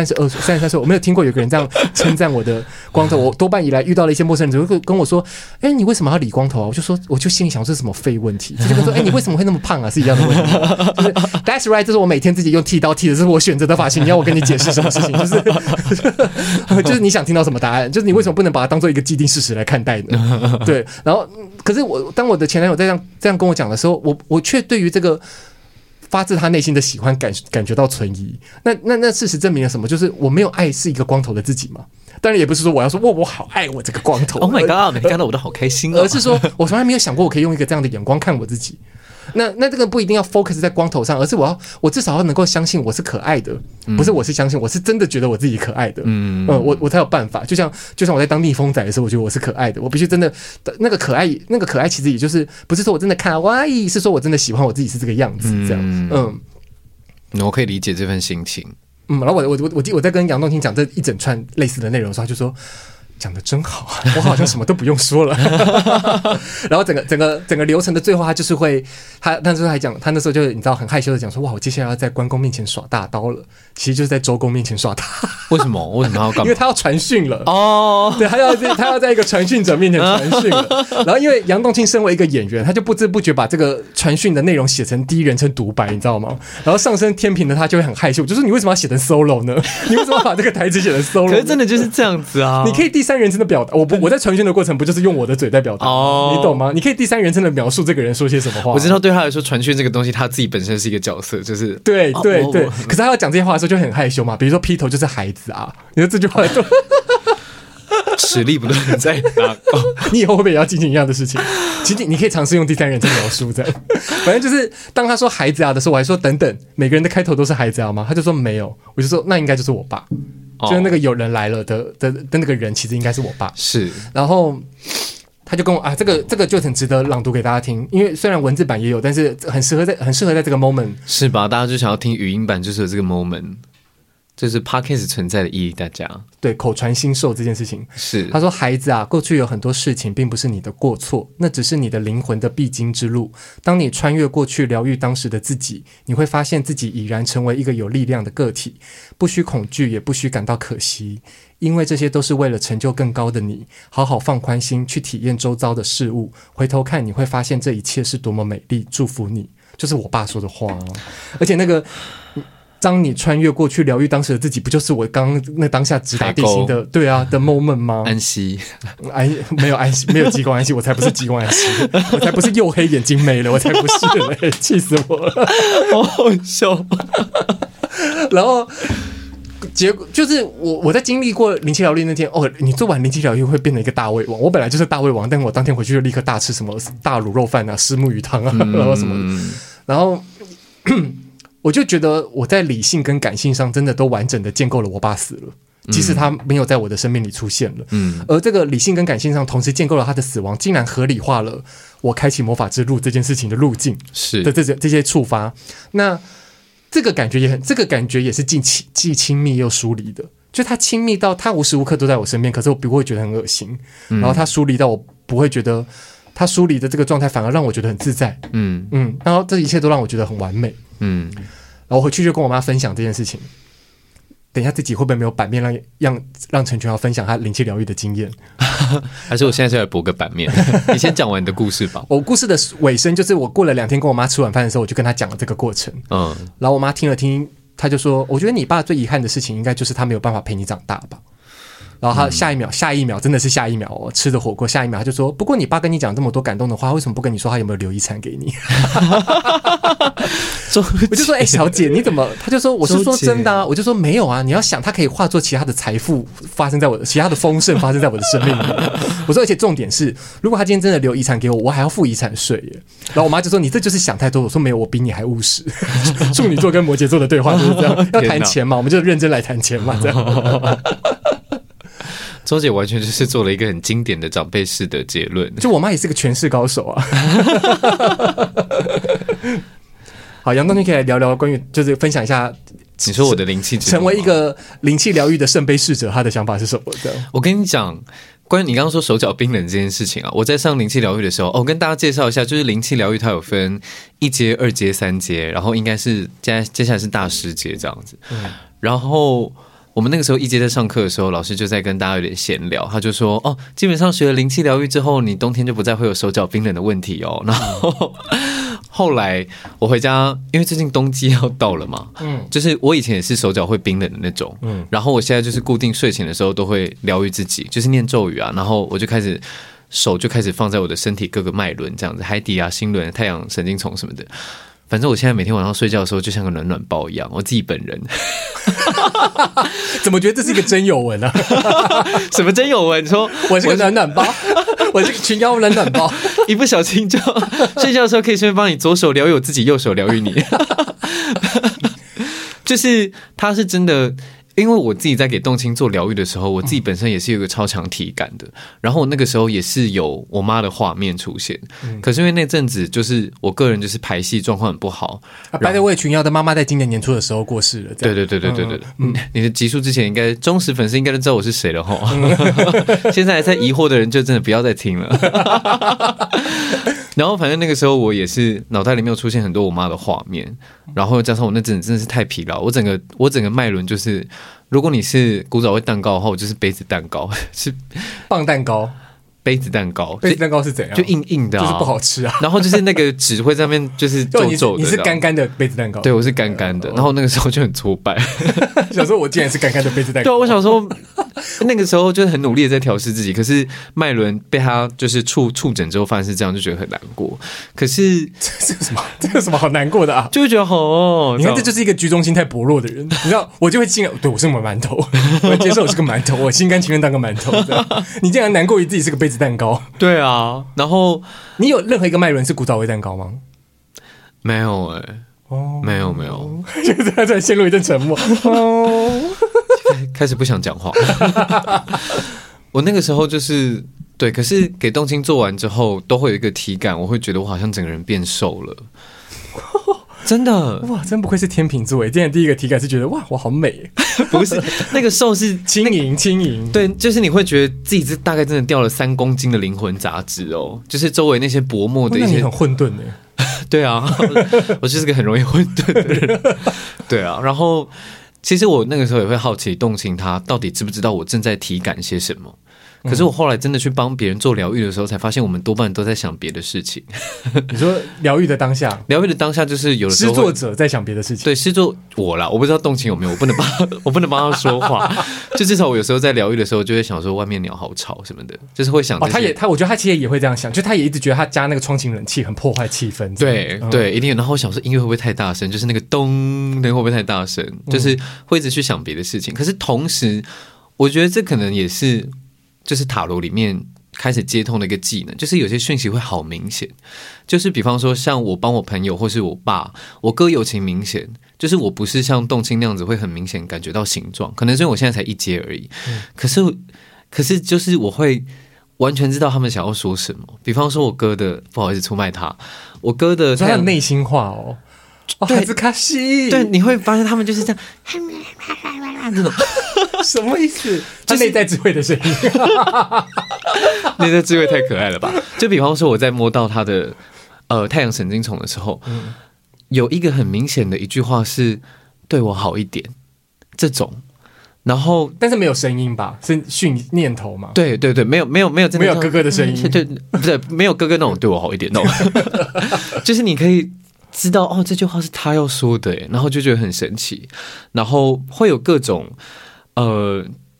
S1: 33岁，我没有听过有个人这样称赞我的光头。我多半以来遇到了一些陌生人只会跟我说你为什么要理光头啊？我就心里想这是什么废问题，就跟说你为什么会那么胖啊，是一样的问题。就是 That's right， 这是我每天自己用剃刀剃的，这是我选择的发型，你要我跟你解释什么事情？就是你想听到什么答案，就是你为什么不能把它当做一个既定事实来看待呢？对，然后可是当我的前男友这样跟我讲的时候，我却对于这个发自他内心的喜欢感觉到存疑。那事实证明了什么？就是我没有爱是一个光头的自己嘛。当然也不是说我要说我好爱我这个光头
S2: ，Oh my god， 每天看到我都好开心
S1: 而是说我从来没有想过我可以用一个这样的眼光看我自己。那这个不一定要 focus 在光头上，而是我至少要能够相信我是可爱的，不是我是相信我是真的觉得我自己可爱的。我才有办法。就像我在当逆风仔的时候，我觉得我是可爱的，我必须真的那个可爱其实也就是不是说我真的卡哇伊，是说我真的喜欢我自己是这个样子这样。
S2: 我可以理解这份心情。
S1: 然后我在跟杨栋清讲这一整串类似的内容的时候，他就说讲得真好，我好像什么都不用说了。然后整个流程的最后，他就是会，他那时候还讲，他那时候就你知道很害羞的讲说，哇，我接下来要在关公面前耍大刀了，其实就是在周公面前耍大。
S2: 为什么？为什么要干嘛？
S1: 因为他要传讯了哦，对，他要在一个传讯者面前传讯了。然后因为杨栋庆身为一个演员，他就不知不觉把这个传讯的内容写成第一人称独白，你知道吗？然后上升天平的他就会很害羞，就是你为什么要写成 solo 呢？你为什么要把这个台词写成 solo？
S2: 可是真的就是这样子啊！
S1: 你可以第三人称的表达，我在传讯的过程不就是用我的嘴在表达你懂吗？你可以第三人称的描述这个人说些什么话。
S2: 我知道对他来说，传讯这个东西他自己本身是一个角色，就是
S1: 对。可是他要讲这些话的时候就很害羞嘛，比如说劈头就是孩子啊，你说这句话都
S2: 实力不断在拉高。
S1: 你以后会不会也要进行一样的事情？其实你可以尝试用第三人称描述，这样。反正就是当他说孩子啊的时候，我还说等等，每个人的开头都是孩子啊吗？他就说没有，我就说那应该就是我爸。就是那个有人来了的那个人，其实应该是我爸。
S2: 是，
S1: 然后他就跟我这个就很值得朗读给大家听，因为虽然文字版也有，但是很适合在这个 moment，
S2: 是吧？大家就想要听语音版，就是有这个 moment， 这是 podcast 存在的意义。大家
S1: 对口传心授这件事情，
S2: 是
S1: 他说孩子啊，过去有很多事情并不是你的过错，那只是你的灵魂的必经之路。当你穿越过去，疗愈当时的自己，你会发现自己已然成为一个有力量的个体，不需恐惧，也不需感到可惜。因为这些都是为了成就更高的你，好好放宽心去体验周遭的事物，回头看你会发现这一切是多么美丽，祝福你。就是我爸说的话而且那个当你穿越过去疗愈当时的自己，不就是我刚刚那当下直达地心的对啊的 moment 吗？
S2: 安息
S1: 没有安息，没有激光安息，我才不是激光安息，我才不是黝黑眼睛没了，我才不是嘞，气死我了，
S2: 好好笑。
S1: 然后结果就是我在经历过灵气疗愈那天你做完灵气疗愈会变成一个大胃王。我本来就是大胃王，但我当天回去就立刻大吃什么大卤肉饭啊、虱目鱼汤啊，然后什么，然后我就觉得我在理性跟感性上真的都完整的建构了我爸死了，即使他没有在我的生命里出现了。而这个理性跟感性上同时建构了他的死亡，竟然合理化了我开启魔法之路这件事情的路径的这些触发。那这个感觉也是既亲密又疏离的，就他亲密到他无时无刻都在我身边，可是我不会觉得很恶心，然后他疏离到我不会觉得，他疏离的这个状态反而让我觉得很自在，然后这一切都让我觉得很完美，然后回去就跟我妈分享这件事情。等一下自己会不会没有版面让陈全豪分享他灵气疗愈的经验？
S2: 还是我现在就来播个版面？你先讲完你的故事吧。
S1: 我故事的尾声就是我过了2天跟我妈吃晚饭的时候，我就跟她讲了这个过程。然后我妈听了听，她就说：“我觉得你爸最遗憾的事情，应该就是他没有办法陪你长大吧。” 然后他下一秒真的是下一秒哦，吃的火锅下一秒他就说，不过你爸跟你讲这么多感动的话，为什么不跟你说他有没有留遗产给你？我就说小姐你怎么？他就说我是说真的啊，我就说没有啊，你要想他可以化作其他的财富发生在我的其他的丰盛发生在我的生命里面。我说而且重点是，如果他今天真的留遗产给我，我还要付遗产税耶。然后我妈就说你这就是想太多。我说没有，我比你还务实。处女座跟摩羯座的对话就是这样，要谈钱嘛，我们就认真来谈钱嘛，这样。
S2: 周姐完全就是做了一个很经典的长辈式的结论，
S1: 就我妈也是个权势高手啊。好，杨东君可以来聊聊关于，就是分享一下，
S2: 你说我的灵气
S1: 成为一个灵气疗愈的圣杯侍者，他的想法是什么？这样，
S2: 我跟你讲。关于你刚刚说手脚冰冷这件事情啊，我在上灵气疗愈的时候，我跟大家介绍一下，就是灵气疗愈它有分1阶、2阶、3阶，然后应该是接下来是大师阶这样子。然后我们那个时候1阶在上课的时候，老师就在跟大家有点闲聊，他就说基本上学了灵气疗愈之后，你冬天就不再会有手脚冰冷的问题哦。然后后来我回家，因为最近冬季要到了嘛，就是我以前也是手脚会冰冷的那种，然后我现在就是固定睡前的时候都会疗愈自己，就是念咒语啊，然后我就开始手就开始放在我的身体各个脉轮这样子，海底啊、心轮、太阳神经丛什么的。反正我现在每天晚上睡觉的时候就像个暖暖包一样，我自己本人。
S1: 怎么觉得这是一个真有文啊？
S2: 什么真有文？你说
S1: 我是个暖暖包，我是个群妖暖暖包，
S2: 一不小心就睡觉的时候可以顺便帮你左手疗愈我自己，右手疗愈你。就是他是真的。因为我自己在给动青做疗愈的时候，我自己本身也是有一个超强体感的，然后我那个时候也是有我妈的画面出现，可是因为那阵子就是我个人就是排戏状况很不好。
S1: by the way，群妖的妈妈在今年年初的时候过世了。
S2: 对，你的集数之前应该忠实粉丝应该都知道我是谁了齁。现在还在疑惑的人就真的不要再听了。然后反正那个时候我也是脑袋里面有出现很多我妈的画面，然后加上我那阵子真的是太疲劳，我整个脉轮就是，如果你是古早味蛋糕的话，我就是杯子蛋糕，是
S1: 棒蛋糕。
S2: 杯子蛋糕，
S1: 杯子蛋糕是怎样？
S2: 就硬硬的、
S1: 就是不好吃啊。
S2: 然后就是那个纸会在那边就是皱皱的。
S1: 你是干干的杯子蛋糕？
S2: 对，我是干干的。然后那个时候就很挫败，
S1: 想说我竟然是干干的杯子蛋糕。
S2: 对啊，我想说那个时候就很努力的在调试自己，可是脉轮被他就是触诊之后发现是这样，就觉得很难过。可是
S1: 这有什么好难过的啊？
S2: 就会觉得好
S1: 你看这就是一个居中心太薄弱的人。你知道，我就会尽量对我是个馒头，我会接受我是个馒头，我心甘情愿当个馒头。你竟然难过于自己是个杯子蛋糕？
S2: 对啊，然后
S1: 你有任何一个脉轮是古早味蛋糕吗？
S2: 没有没有，
S1: 就是他在陷入一阵沉默。
S2: 开始不想讲话。我那个时候就是对，可是给动青做完之后，都会有一个体感，我会觉得我好像整个人变瘦了。真的
S1: 哇，真不愧是天秤座诶！今天第一个体感是觉得哇，我好美。
S2: 不是那个瘦是
S1: 轻盈，
S2: 对，就是你会觉得自己是大概真的掉了3公斤的灵魂杂质哦，就是周围那些薄膜的一些。
S1: 那你很混沌诶。
S2: 对啊，我就是个很容易混沌的人。对啊，然后其实我那个时候也会好奇动青他到底知不知道我正在体感些什么。可是我后来真的去帮别人做疗愈的时候，才发现我们多半都在想别的事情。
S1: 你说疗愈的当下
S2: 就是有的时候
S1: 施作者在想别的事情。
S2: 对，施作我啦，我不知道动情有没有，我不能帮他说话。就至少我有时候在疗愈的时候，就会想说外面鸟好吵什么的，就是会想。
S1: 他我觉得他其实也会这样想，就他也一直觉得他加那个窗型冷气很破坏气氛。
S2: 对，一定有。然后我想说音乐会不会太大声，就是那个咚，那会不会太大声，就是会一直去想别的事情。可是同时，我觉得这可能也是。就是塔罗里面开始接通的一个技能，就是有些讯息会好明显，就是比方说像我帮我朋友或是我爸我哥友情明显，就是我不是像动青那样子会很明显感觉到形状，可能是因为我现在才1阶而已，可是就是我会完全知道他们想要说什么。比方说我哥的，不好意思出卖他，我哥的
S1: 他的内心话哦，对，卡西，
S2: 对，你会发现他们就是这样这种。
S1: 什么意思？他内在智慧的声音，
S2: 内在智慧太可爱了吧？就比方说我在摸到他的太阳神经丛的时候，有一个很明显的一句话是对我好一点这种，然后
S1: 但是没有声音吧？是念头吗？
S2: 对，没有真的
S1: 没有哥哥的声音，
S2: 对，不是没有哥哥那种对我好一点那种，就是你可以知道这句话是他要说的，然后就觉得很神奇，然后会有各种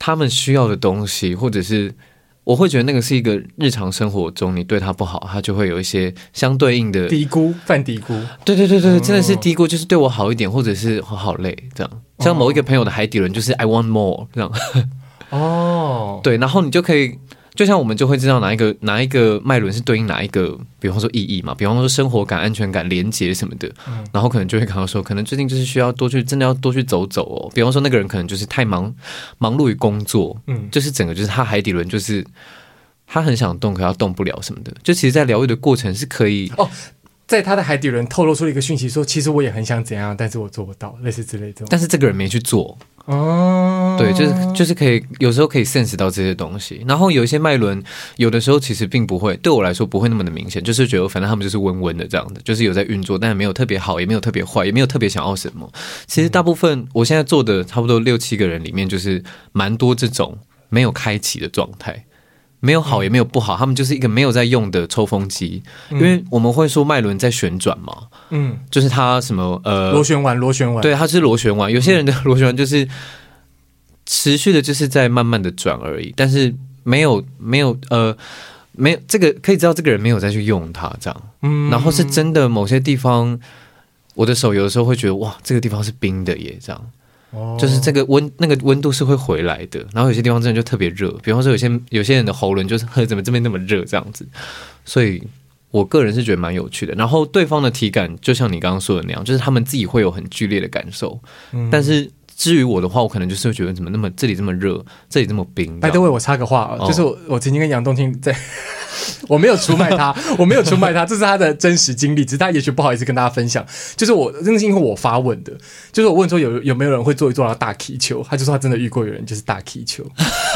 S2: 他们需要的东西，或者是我会觉得那个是一个日常生活中你对他不好，他就会有一些相对应的
S1: 嘀咕，犯嘀咕。
S2: 对对对对，真的是嘀咕，就是对我好一点，或者是我好累这样。像某一个朋友的海底轮就是 I want more 这样。
S1: 哦，
S2: 对，然后你就可以。就像我们就会知道哪一个脉轮是对应哪一个，比方说意义嘛，比方说生活感、安全感、连结什么的，然后可能就会跟他说，可能最近就是需要真的要多去走走哦。比方说那个人可能就是太忙碌于工作，就是整个就是他海底轮就是他很想动，可他动不了什么的。就其实，在疗愈的过程是可以
S1: 在他的海底轮透露出了一个讯息，说其实我也很想怎样，但是我做不到，类似之类的。
S2: 但是这个人没去做。对，就是可以有时候可以 sense 到这些东西，然后有一些脉轮，有的时候其实并不会，对我来说不会那么的明显，就是觉得反正他们就是温温的这样的，就是有在运作，但是没有特别好，也没有特别坏，也没有特别想要什么。其实大部分我现在做的差不多6-7个人里面，就是蛮多这种没有开启的状态。没有好也没有不好，他们就是一个没有在用的抽风机，因为我们会说脉轮在旋转嘛，就是它什么
S1: 螺旋丸，
S2: 对，它是螺旋丸。有些人的螺旋丸就是持续的，就是在慢慢的转而已，但是没有这个可以知道这个人没有再去用它这样，然后是真的某些地方，我的手有的时候会觉得哇，这个地方是冰的耶，这样。就是这个那个温度是会回来的，然后有些地方真的就特别热，比方说有些人的喉咙就是怎么这边那么热这样子，所以我个人是觉得蛮有趣的。然后对方的体感就像你刚刚说的那样，就是他们自己会有很剧烈的感受，但是至于我的话，我可能就是会觉得怎么这里这么热，这里这么冰。
S1: by the way，我插个话，就是我曾经跟杨栋清在。我没有出卖他，这是他的真实经历，只是他也许不好意思跟大家分享。就是我真的是因为我发问的，就是我问说有没有人会做一做到大气球，他就说他真的遇过有人就是大气球，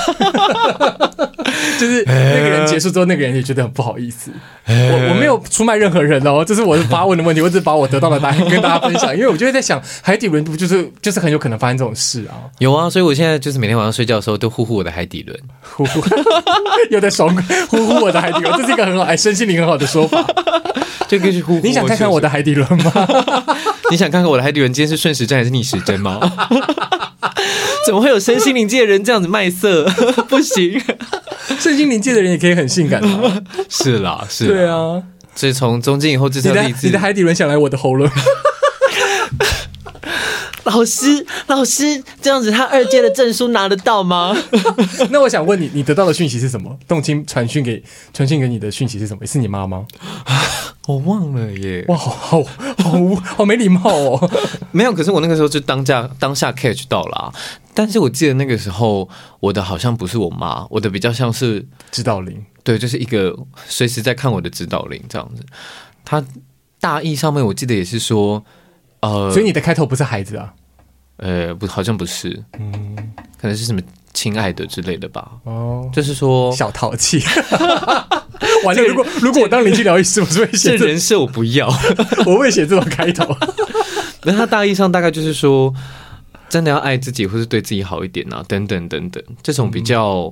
S1: 就是那个人结束之后，那个人也觉得很不好意思。我没有出卖任何人哦，这是我的发问的问题，我只是把我得到的答案跟大家分享，因为我就会在想，海底轮就是很有可能发生这种事啊。
S2: 有啊，所以我现在就是每天晚上睡觉的时候都呼呼我的海底轮，
S1: 呼呼，有的手呼呼我的海底轮，这是一个很好身心灵很好的说法。
S2: 就可以去呼呼。
S1: 你想看看我的海底轮吗？
S2: 你想看看我的海底轮今天是顺时针还是逆时针吗？怎么会有身心灵界的人这样子卖色？不行，
S1: 身心灵界的人也可以很性感的。
S2: 是啦，是啦，
S1: 对啊。
S2: 所以从中间以后，这条例子，
S1: 你的海底轮想来我的喉咙。
S2: 老师，这样子他2阶的证书拿得到吗？
S1: 那我想问你，你得到的讯息是什么？动青传讯给你的讯息是什么？是你妈吗？
S2: 我忘了耶。
S1: 哇，好没礼貌哦。
S2: 没有，可是我那个时候就当下 catch 到了，但是我记得那个时候我的好像不是我妈，我的比较像是
S1: 指导灵。对，
S2: 就是一个随时在看我的指导灵这样子。他大意上面我记得也是说。
S1: 所以你的开头不是孩子啊？
S2: 不，好像不是，可能是什么亲爱的之类的吧。就是说
S1: 小淘气。完了，如果我当灵气疗愈师，我是会写
S2: 这人设我不要，
S1: 我会写这种开头。
S2: 那他大意上大概就是说，真的要爱自己，或是对自己好一点啊，等等等等，这种比较，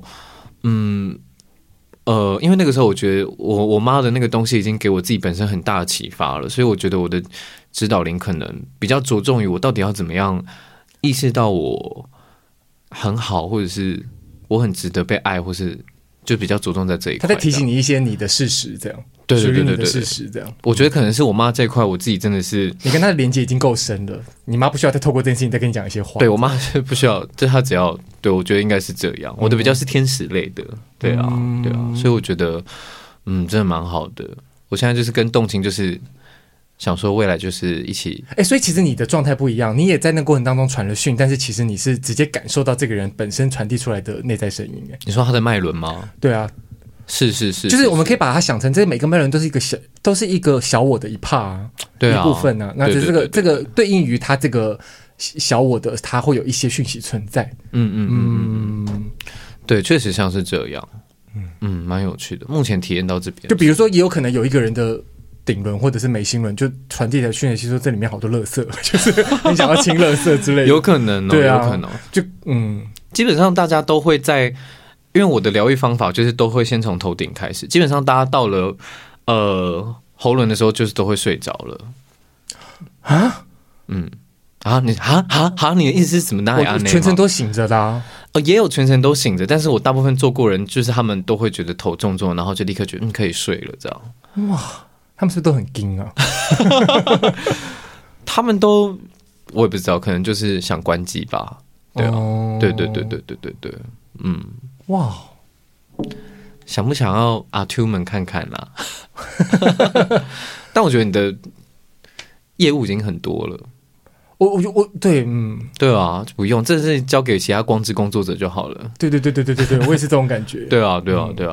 S2: 因为那个时候我觉得我妈的那个东西已经给我自己本身很大的启发了，所以我觉得我的指导灵可能比较着重于我到底要怎么样意识到我很好，或者是我很值得被爱，或是就比较着重在这一块。
S1: 他在提醒你一些你的事实，这样
S2: 对
S1: 属于你的事实，这样。
S2: 我觉得可能是我妈这一块，我自己真的是
S1: 你跟她的连接已经够深了，你妈不需要再透过这件事情再跟你讲一些话。
S2: 对我妈是不需要，就她只要对我觉得应该是这样。我的比较是天使类的，对啊，所以我觉得真的蛮好的。我现在就是跟动情就是想说未来就是一起
S1: 所以其实你的状态不一样，你也在那过程当中传了讯，但是其实你是直接感受到这个人本身传递出来的内在声音。
S2: 你说他的脉轮吗？
S1: 对啊，
S2: 是，
S1: 就是我们可以把它想成这每个脉轮都是一个小我的一 part
S2: 对啊，
S1: 一部分啊。那这个对应于他这个小我的，他会有一些讯息存在。
S2: 对，确实像是这样。蛮有趣的。目前体验到这边，
S1: 就比如说，也有可能有一个人的顶轮或者是眉心轮，就传递的讯息说这里面好多垃圾，就是你想要清垃圾之类的，
S2: 有可能
S1: 对啊，
S2: 有可能。
S1: 就
S2: 基本上大家都会在，因为我的疗愈方法就是都会先从头顶开始，基本上大家到了喉轮的时候，就是都会睡着了啊。 啊，你的意思是什么？哪里
S1: 我全程都醒着的啊。
S2: 也有全程都醒着，但是我大部分做过人，就是他们都会觉得头重重，然后就立刻觉得可以睡了，这样。
S1: 哇，他们是不是都很惊啊？
S2: 他们都我也不知道，可能就是想关机吧。对啊，对，嗯，哇，想不想要阿 Q 们看看啦？但我觉得你的业务已经很多了。
S1: 我对，
S2: 对啊，不用，这是交给其他光之工作者就好了。
S1: 对，我也是这种感觉。
S2: 对啊。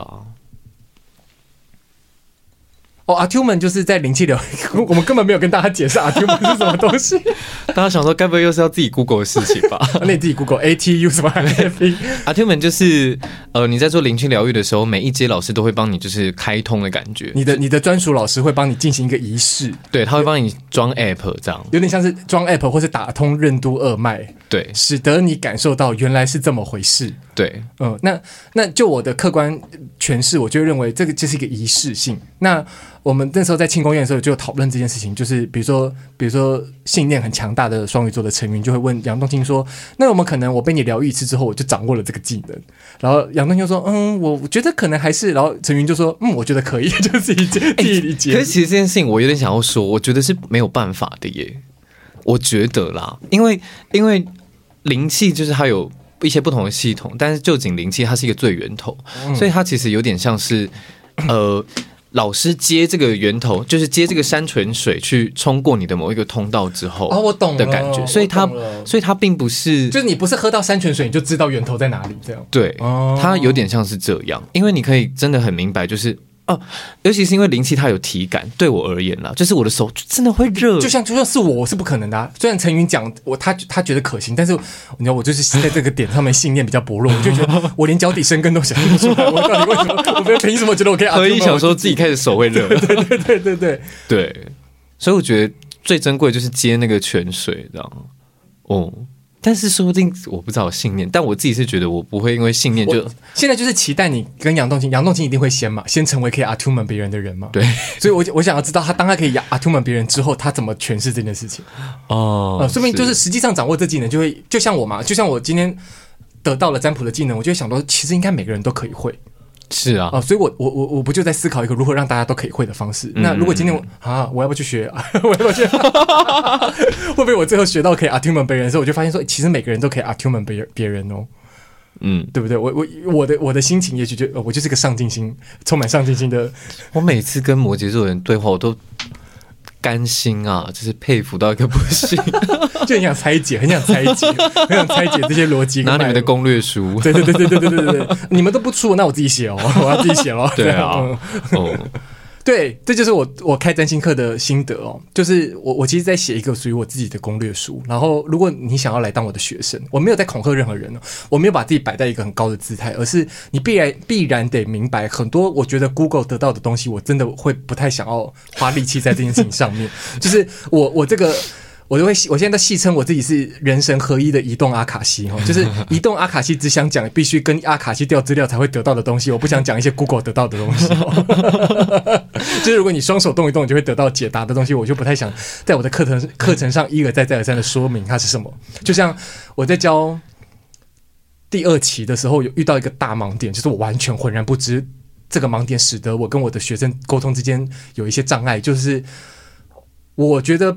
S1: 阿 Q 们就是在灵气疗愈，我们根本没有跟大家解释阿 Q 们是什么东西。
S2: 大家想说，该不会又是要自己 Google 的事情吧？
S1: 那你自己 Google ATU 什么
S2: 阿 Q 们就是你在做灵气疗愈的时候，每一阶老师都会帮你就是开通的感觉。
S1: 你的专属老师会帮你进行一个仪式，
S2: 对，他会帮你装 App 这样，
S1: 有点像是装 App 或是打通任督二脉，
S2: 对，
S1: 使得你感受到原来是这么回事。
S2: 对，
S1: 那就我的客观诠释，我就认为这个就是一个仪式性。那我们那时候在庆功宴的时候就有讨论这件事情，就是比如说信念很强大的双鱼座的成员就会问杨栋清说：“那有没有可能我被你疗愈一次之后，我就掌握了这个技能？”然后杨栋清就说：“我觉得可能还是。”然后成员就说：“我觉得可以。”就自己理解。
S2: 可是其实这件事情我有点想要说，我觉得是没有办法的耶。我觉得啦，因为灵气就是它有一些不同的系统，但是就仅灵气它是一个最源头，所以它其实有点像是老师接这个源头，就是接这个山泉水去冲过你的某一个通道之后，
S1: 我懂
S2: 的感觉，所以它并不是，
S1: 就是你不是喝到山泉水你就知道源头在哪里这样。
S2: 对，它有点像是这样，因为你可以真的很明白，就是尤其是因为灵气它有体感，对我而言啦，就是我的手真的会热，就像是我是不可能的虽然陈云讲他觉得可行，但是你知道我就是在这个点上面信念比较薄弱，我就觉得我连脚底生根都想不出来，我到底为什么我凭什么觉得我可以想说自己开始手会热？对，所以我觉得最珍贵就是接那个泉水，这样但是说不定我不知道信念，但我自己是觉得我不会因为信念就
S1: 现在就是期待你跟杨栋清一定会先成为可以attunement别人的人嘛。
S2: 对，
S1: 所以我想要知道当他可以attunement别人之后，他怎么诠释这件事情。说不定就是实际上掌握这技能就会就像我嘛，就像我今天得到了占卜的技能，我就会想到其实应该每个人都可以会。
S2: 是啊，
S1: 所以我不就在思考一个如何让大家都可以会的方式。那如果今天我要不要去学我要不要去会不会我最后学到可以 attunement 别人的时候，我就发现说其实每个人都可以 attunement 别人对不对？我的心情也许我就是个上进心充满上进心的。
S2: 我每次跟摩羯座的人对话，我都甘心啊，就是佩服到一个不行，
S1: 就很想拆解这些逻辑。
S2: 拿你们的攻略书，
S1: 对，你们都不出，那我自己写我要自己写咯。
S2: 对啊，
S1: 对，这就是我开占星课的心得就是我其实在写一个属于我自己的攻略书，然后如果你想要来当我的学生，我没有在恐吓任何人我没有把自己摆在一个很高的姿态，而是你必然得明白很多我觉得 Google 得到的东西，我真的会不太想要花力气在这件事情上面。就是我现在都戏称我自己是人神合一的移动阿卡西就是移动阿卡西只想讲必须跟阿卡西调资料才会得到的东西，我不想讲一些 Google 得到的东西就是如果你双手动一动你就会得到解答的东西，我就不太想在我的课程上一而再再而三的说明它是什么。就像我在教第2期的时候有遇到一个大盲点，就是我完全浑然不知这个盲点使得我跟我的学生沟通之间有一些障碍，就是我觉得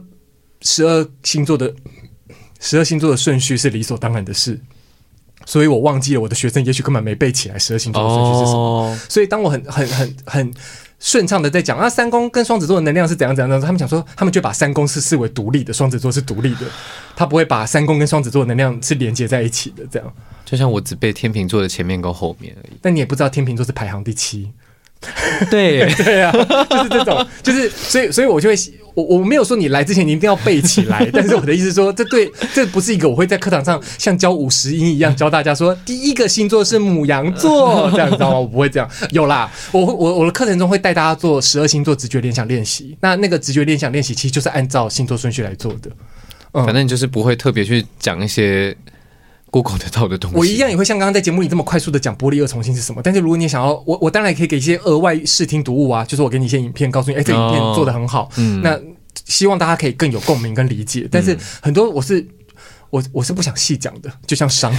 S1: 12星座的顺序是理所当然的事，所以我忘记了我的学生也许根本没背起来12星座的顺序是什么。所以当我很顺畅的在讲3宫跟双子座的能量是怎样怎样，他们讲说他们就把3宫是视为独立的，双子座是独立的，他不会把3宫跟双子座的能量是连接在一起的。这样
S2: 就像我只背天秤座的前面跟后面而已，
S1: 但你也不知道天秤座是排行第7。
S2: 对
S1: 对啊，就是这种，就是所以我就会我没有说你来之前你一定要背起来，但是我的意思是说，这不是一个我会在课堂上像教50音一样教大家说第一个星座是牡羊座这样，知道吗？我不会这样。有啦，我的课程中会带大家做12星座直觉联想练习，那个直觉联想练习其实就是按照星座顺序来做的。
S2: 反正你就是不会特别去讲一些Google 得到的东西，
S1: 我一样也会像刚刚在节目里这么快速的讲波粒二重性是什么。但是如果你想要我当然也可以给一些额外视听读物就是我给你一些影片告诉你这影片做得很好，那希望大家可以更有共鸣跟理解，但是很多我是不想细讲的，就像伤。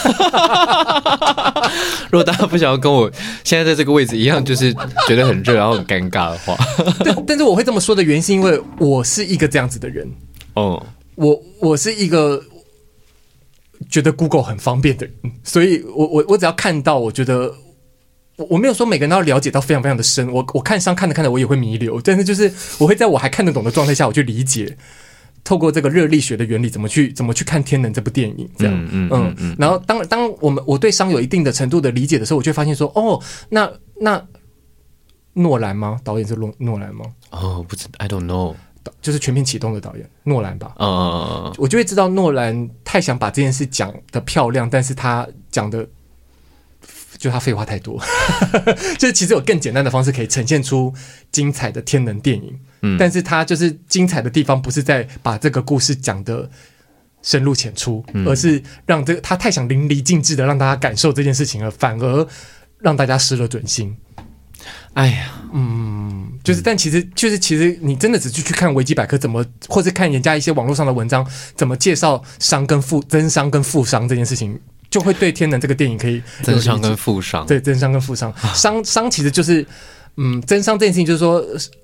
S2: 如果大家不想要跟我现在在这个位置一样，就是觉得很热然后很尴尬的话，
S1: 但是我会这么说的原因是因为我是一个这样子的人哦，我是一个觉得 Google 很方便的人，所以我只要看到，我觉得我没有说每个人都要了解到非常非常的深，我看伤看着我也会迷流，但是就是我会在我还看得懂的状态下，我去理解。透过这个热力学的原理，怎么去看《天能》这部电影？这样，然后当我对伤有一定的程度的理解的时候，我就会发现说，哦，那诺兰吗？导演是诺兰吗？
S2: 哦，不知道 ，I don't know，
S1: 就是《全面启动》的导演诺兰吧？我就会知道诺兰太想把这件事讲得漂亮，但是他讲的。就他废话太多，就是其实有更简单的方式可以呈现出精彩的天能电影，但是他就是精彩的地方不是在把这个故事讲得深入浅出，而是让他太想淋漓尽致的让大家感受这件事情了，反而让大家失了准心。
S2: 哎呀，
S1: 就是但其实你真的只去看维基百科怎么，或是看人家一些网络上的文章怎么介绍真伤跟负伤这件事情。就会对天能这个电影可以
S2: 真伤跟负伤，
S1: 对真伤跟负伤，伤其实就是真伤这件事情就是说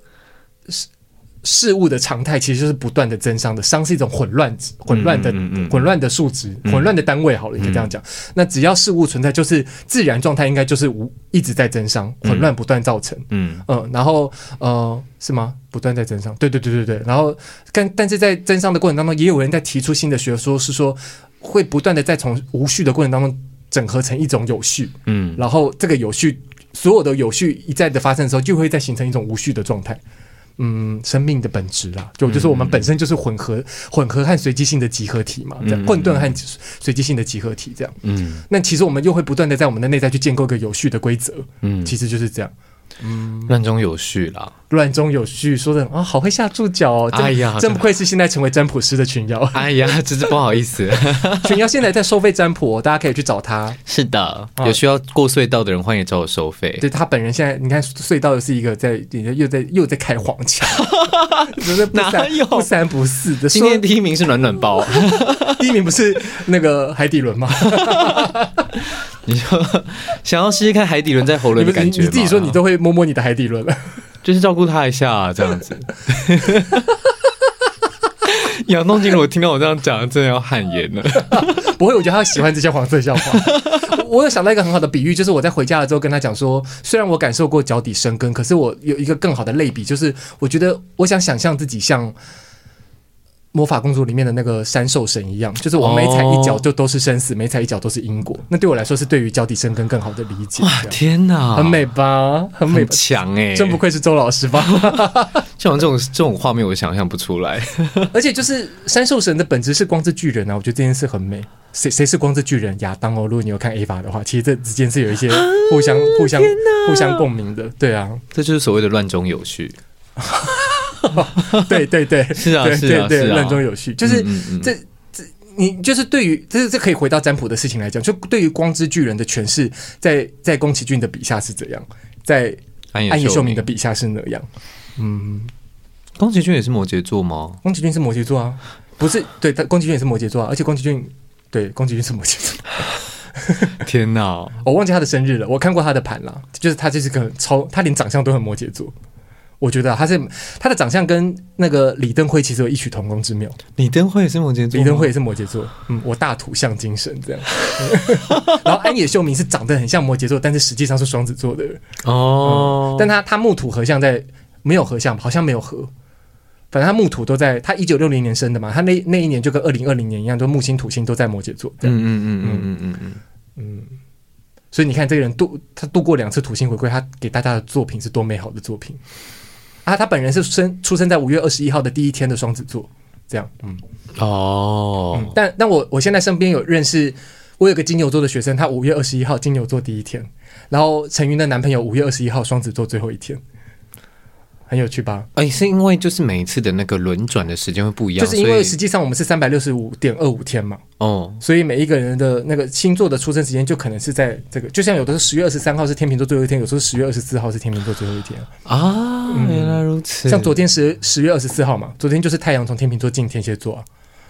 S1: 事物的常态其实就是不断的增伤的，伤是一种混乱的数值，混乱的单位好了，你可以这样讲。那只要事物存在，就是自然状态应该就是一直在增伤，混乱不断造成，然后是吗？不断在增伤，对，然后但是在增伤的过程当中，也有人在提出新的学说，是说。会不断的在从无序的过程当中整合成一种有序，然后这个有序，所有的有序一再的发生的时候，就会再形成一种无序的状态。生命的本质啦，就是我们本身就是混合和随机性的集合体嘛，这样混沌和随机性的集合体这样。那其实我们又会不断的在我们的内在去建构一个有序的规则，其实就是这样。
S2: 乱中有序啦，
S1: 乱中有序，说的好会下注脚哦！哎呀，真不愧是现在成为占卜师的群妖。
S2: 哎呀，真是不好意思，
S1: 群妖现在在收费占卜，大家可以去找他。
S2: 是的，有需要过隧道的人，欢迎找我收费。
S1: 对他本人现在，你看隧道是一个又在开黄腔，哪有不三不四的？
S2: 今天第一名是暖暖包，
S1: 第一名不是那个海底轮吗？
S2: 你说想要试试看海底轮在喉咙的感觉吗？
S1: 你自己说你都会摸摸你的海底轮了，
S2: 就是照顾他一下这样子。杨东京如果听到我这样讲，真的要汗颜了。
S1: 不会，我觉得他喜欢这些黄色笑话。我有想到一个很好的比喻，就是我在回家了之后跟他讲说，虽然我感受过脚底生根，可是我有一个更好的类比，就是我觉得我想想象自己像魔法公主里面的那个山兽神一样，就是我每踩一脚就都是生死，每踩一脚都是因果。那对我来说是对于脚底生根更好的理解。
S2: 哇，天哪，
S1: 很美吧？很美，
S2: 强哎！
S1: 真不愧是周老师吧？
S2: 像这种画面，我想象不出来。
S1: 而且就是山兽神的本质是光之巨人啊，我觉得这件事很美。谁是光之巨人？亚当哦。如果你有看 A 法的话，其实这之间是有一些互相共鸣的。对啊，
S2: 这就是所谓的乱中有序。
S1: 对，
S2: 是啊，
S1: 对，乱中有序，就是你就是对于这可以回到占卜的事情来讲，就对于光之巨人的诠释，在宫崎骏的笔下是怎样，在安野秀明的笔下是哪样？
S2: 宫崎骏也是摩羯座吗？
S1: 宫崎骏是摩羯座啊，不是？对，宫崎骏也是摩羯座啊，而且宫崎骏是摩羯座。
S2: 天哪，
S1: 我忘记他的生日了，我看过他的盘啦，就是他就是个他连长相都很摩羯座。我觉得他的长相跟那个李登辉其实有异曲同工之妙。
S2: 李登辉也是摩羯座，
S1: 李登辉也是摩羯座。我大土象精神这样。然后安野秀明是长得很像摩羯座，但是实际上是双子座的人。但他木土合相没有合相，好像没有合。反正他木土都在，他1960年生的嘛，他那一年就跟2020年一样，就木星土星都在摩羯座。所以你看这个人他度过2次土星回归，他给大家的作品是多美好的作品啊！他本人是出生在5月21号的第一天的双子座，这样。但我现在身边有认识，我有个金牛座的学生，他5月21号金牛座第一天，然后陈云的男朋友5月21号双子座最后一天。 很有趣吧？
S2: 是因为就是每一次的那个轮转的时间会不一样，
S1: 就是因为实际上我们是365.25天嘛，所以每一个人的那个星座的出生时间就可能是在这个，就像有的是10月23号是天秤座最后一天，有时候10月24号是天秤座最后一天
S2: 啊。原来如此。
S1: 像昨天10月24号嘛，昨天就是太阳从天秤座进天蝎座啊。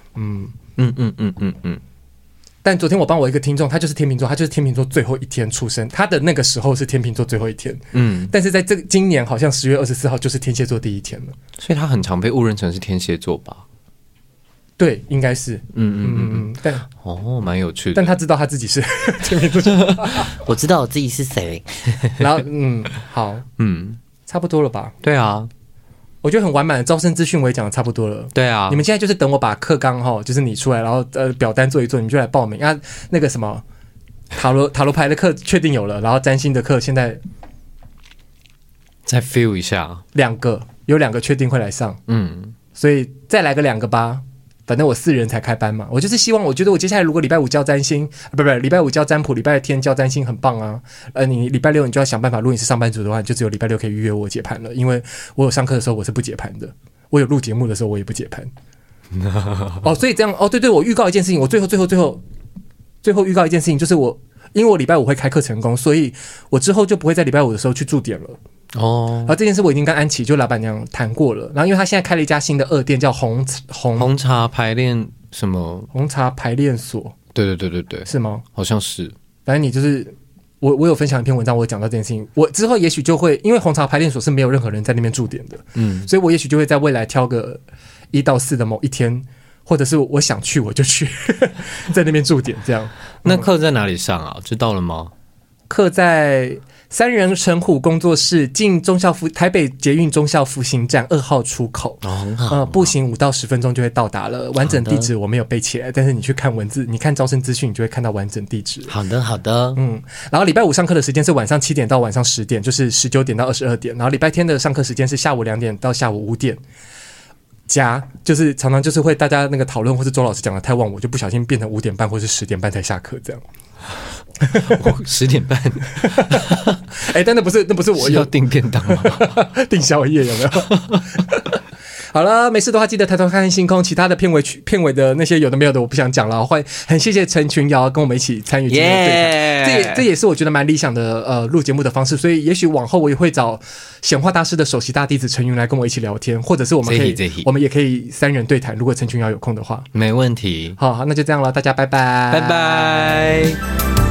S1: 但昨天我帮我一个听众，他就是天秤座，他就是天秤座最后一天出生，他的那个时候是天秤座最后一天，但是在今年好像10月24号就是天蝎座第一天了，
S2: 所以他很常被误认成是天蝎座吧？
S1: 对，应该是，但
S2: 蛮有趣的。
S1: 但他知道他自己是天秤座，
S3: 我知道我自己是谁，
S1: 然后好，差不多了吧？
S2: 对啊。
S1: 我觉得很完满的招生资讯我也讲的差不多了。
S2: 对啊，
S1: 你们现在就是等我把课纲就是你出来，然后表单做一做，你们就来报名啊。那个什么塔罗牌的课确定有了，然后占星的课现在
S2: 再 feel 一下，
S1: 有两个确定会来上，所以再来个2个吧。反正我4人才开班嘛，我就是希望，我觉得我接下来如果礼拜5教占星，不礼拜5教占卜，礼拜天教占星很棒啊。你礼拜6你就要想办法，如果你是上班族的话，你就只有礼拜6可以预约我解盘了，因为我有上课的时候我是不解盘的，我有录节目的时候我也不解盘。所以这样对，我预告一件事情，我最后预告一件事情，就是因为我礼拜5会开课成功，所以我之后就不会在礼拜5的时候去驻点了。然后这件事我已经跟安琪就老板娘谈过了，然后因为他现在开了一家新的2店叫红
S2: 茶排练什么
S1: 红茶排练所，对，是吗？
S2: 好像是。
S1: 反正你就是我有分享一篇文章，我有讲到这件事情，我之后也许就会，因为红茶排练所是没有任何人在那边驻点的，所以我也许就会在未来挑个1到4的某一天，或者是我想去我就去在那边驻点这样。
S2: 那课在哪里上啊？知道了吗？
S1: 课在3人成虎工作室，进台北捷运忠孝复兴站2号出口，步行5到10分钟就会到达了。完整地址我没有背起来，但是你去看文字，你看招生资讯，你就会看到完整地址。
S3: 好的，
S1: 然后礼拜5上课的时间是晚上7点到晚上10点，就是19点到22点。然后礼拜天的上课时间是下午2点到下午5点。就是常常就是会大家那个讨论，或是周老师讲的太忘我，就不小心变成5点半或是10点半才下课这样。
S2: 10点半
S1: 但那不是我
S2: 要订便当吗？
S1: 订宵夜有没有？好了，没事的话记得抬头看看星空。其他的片尾的那些有的没有的我不想讲了。很谢谢陈群瑶跟我们一起参与今天的对谈，这也是我觉得蛮理想的录节目的方式。所以也许往后我也会找显化大师的首席大弟子陈云来跟我一起聊天，或者是我们也可以3人对谈，如果陈群瑶有空的话。
S2: 没问题。
S1: 好，那就这样了，大家拜拜，
S2: 拜拜。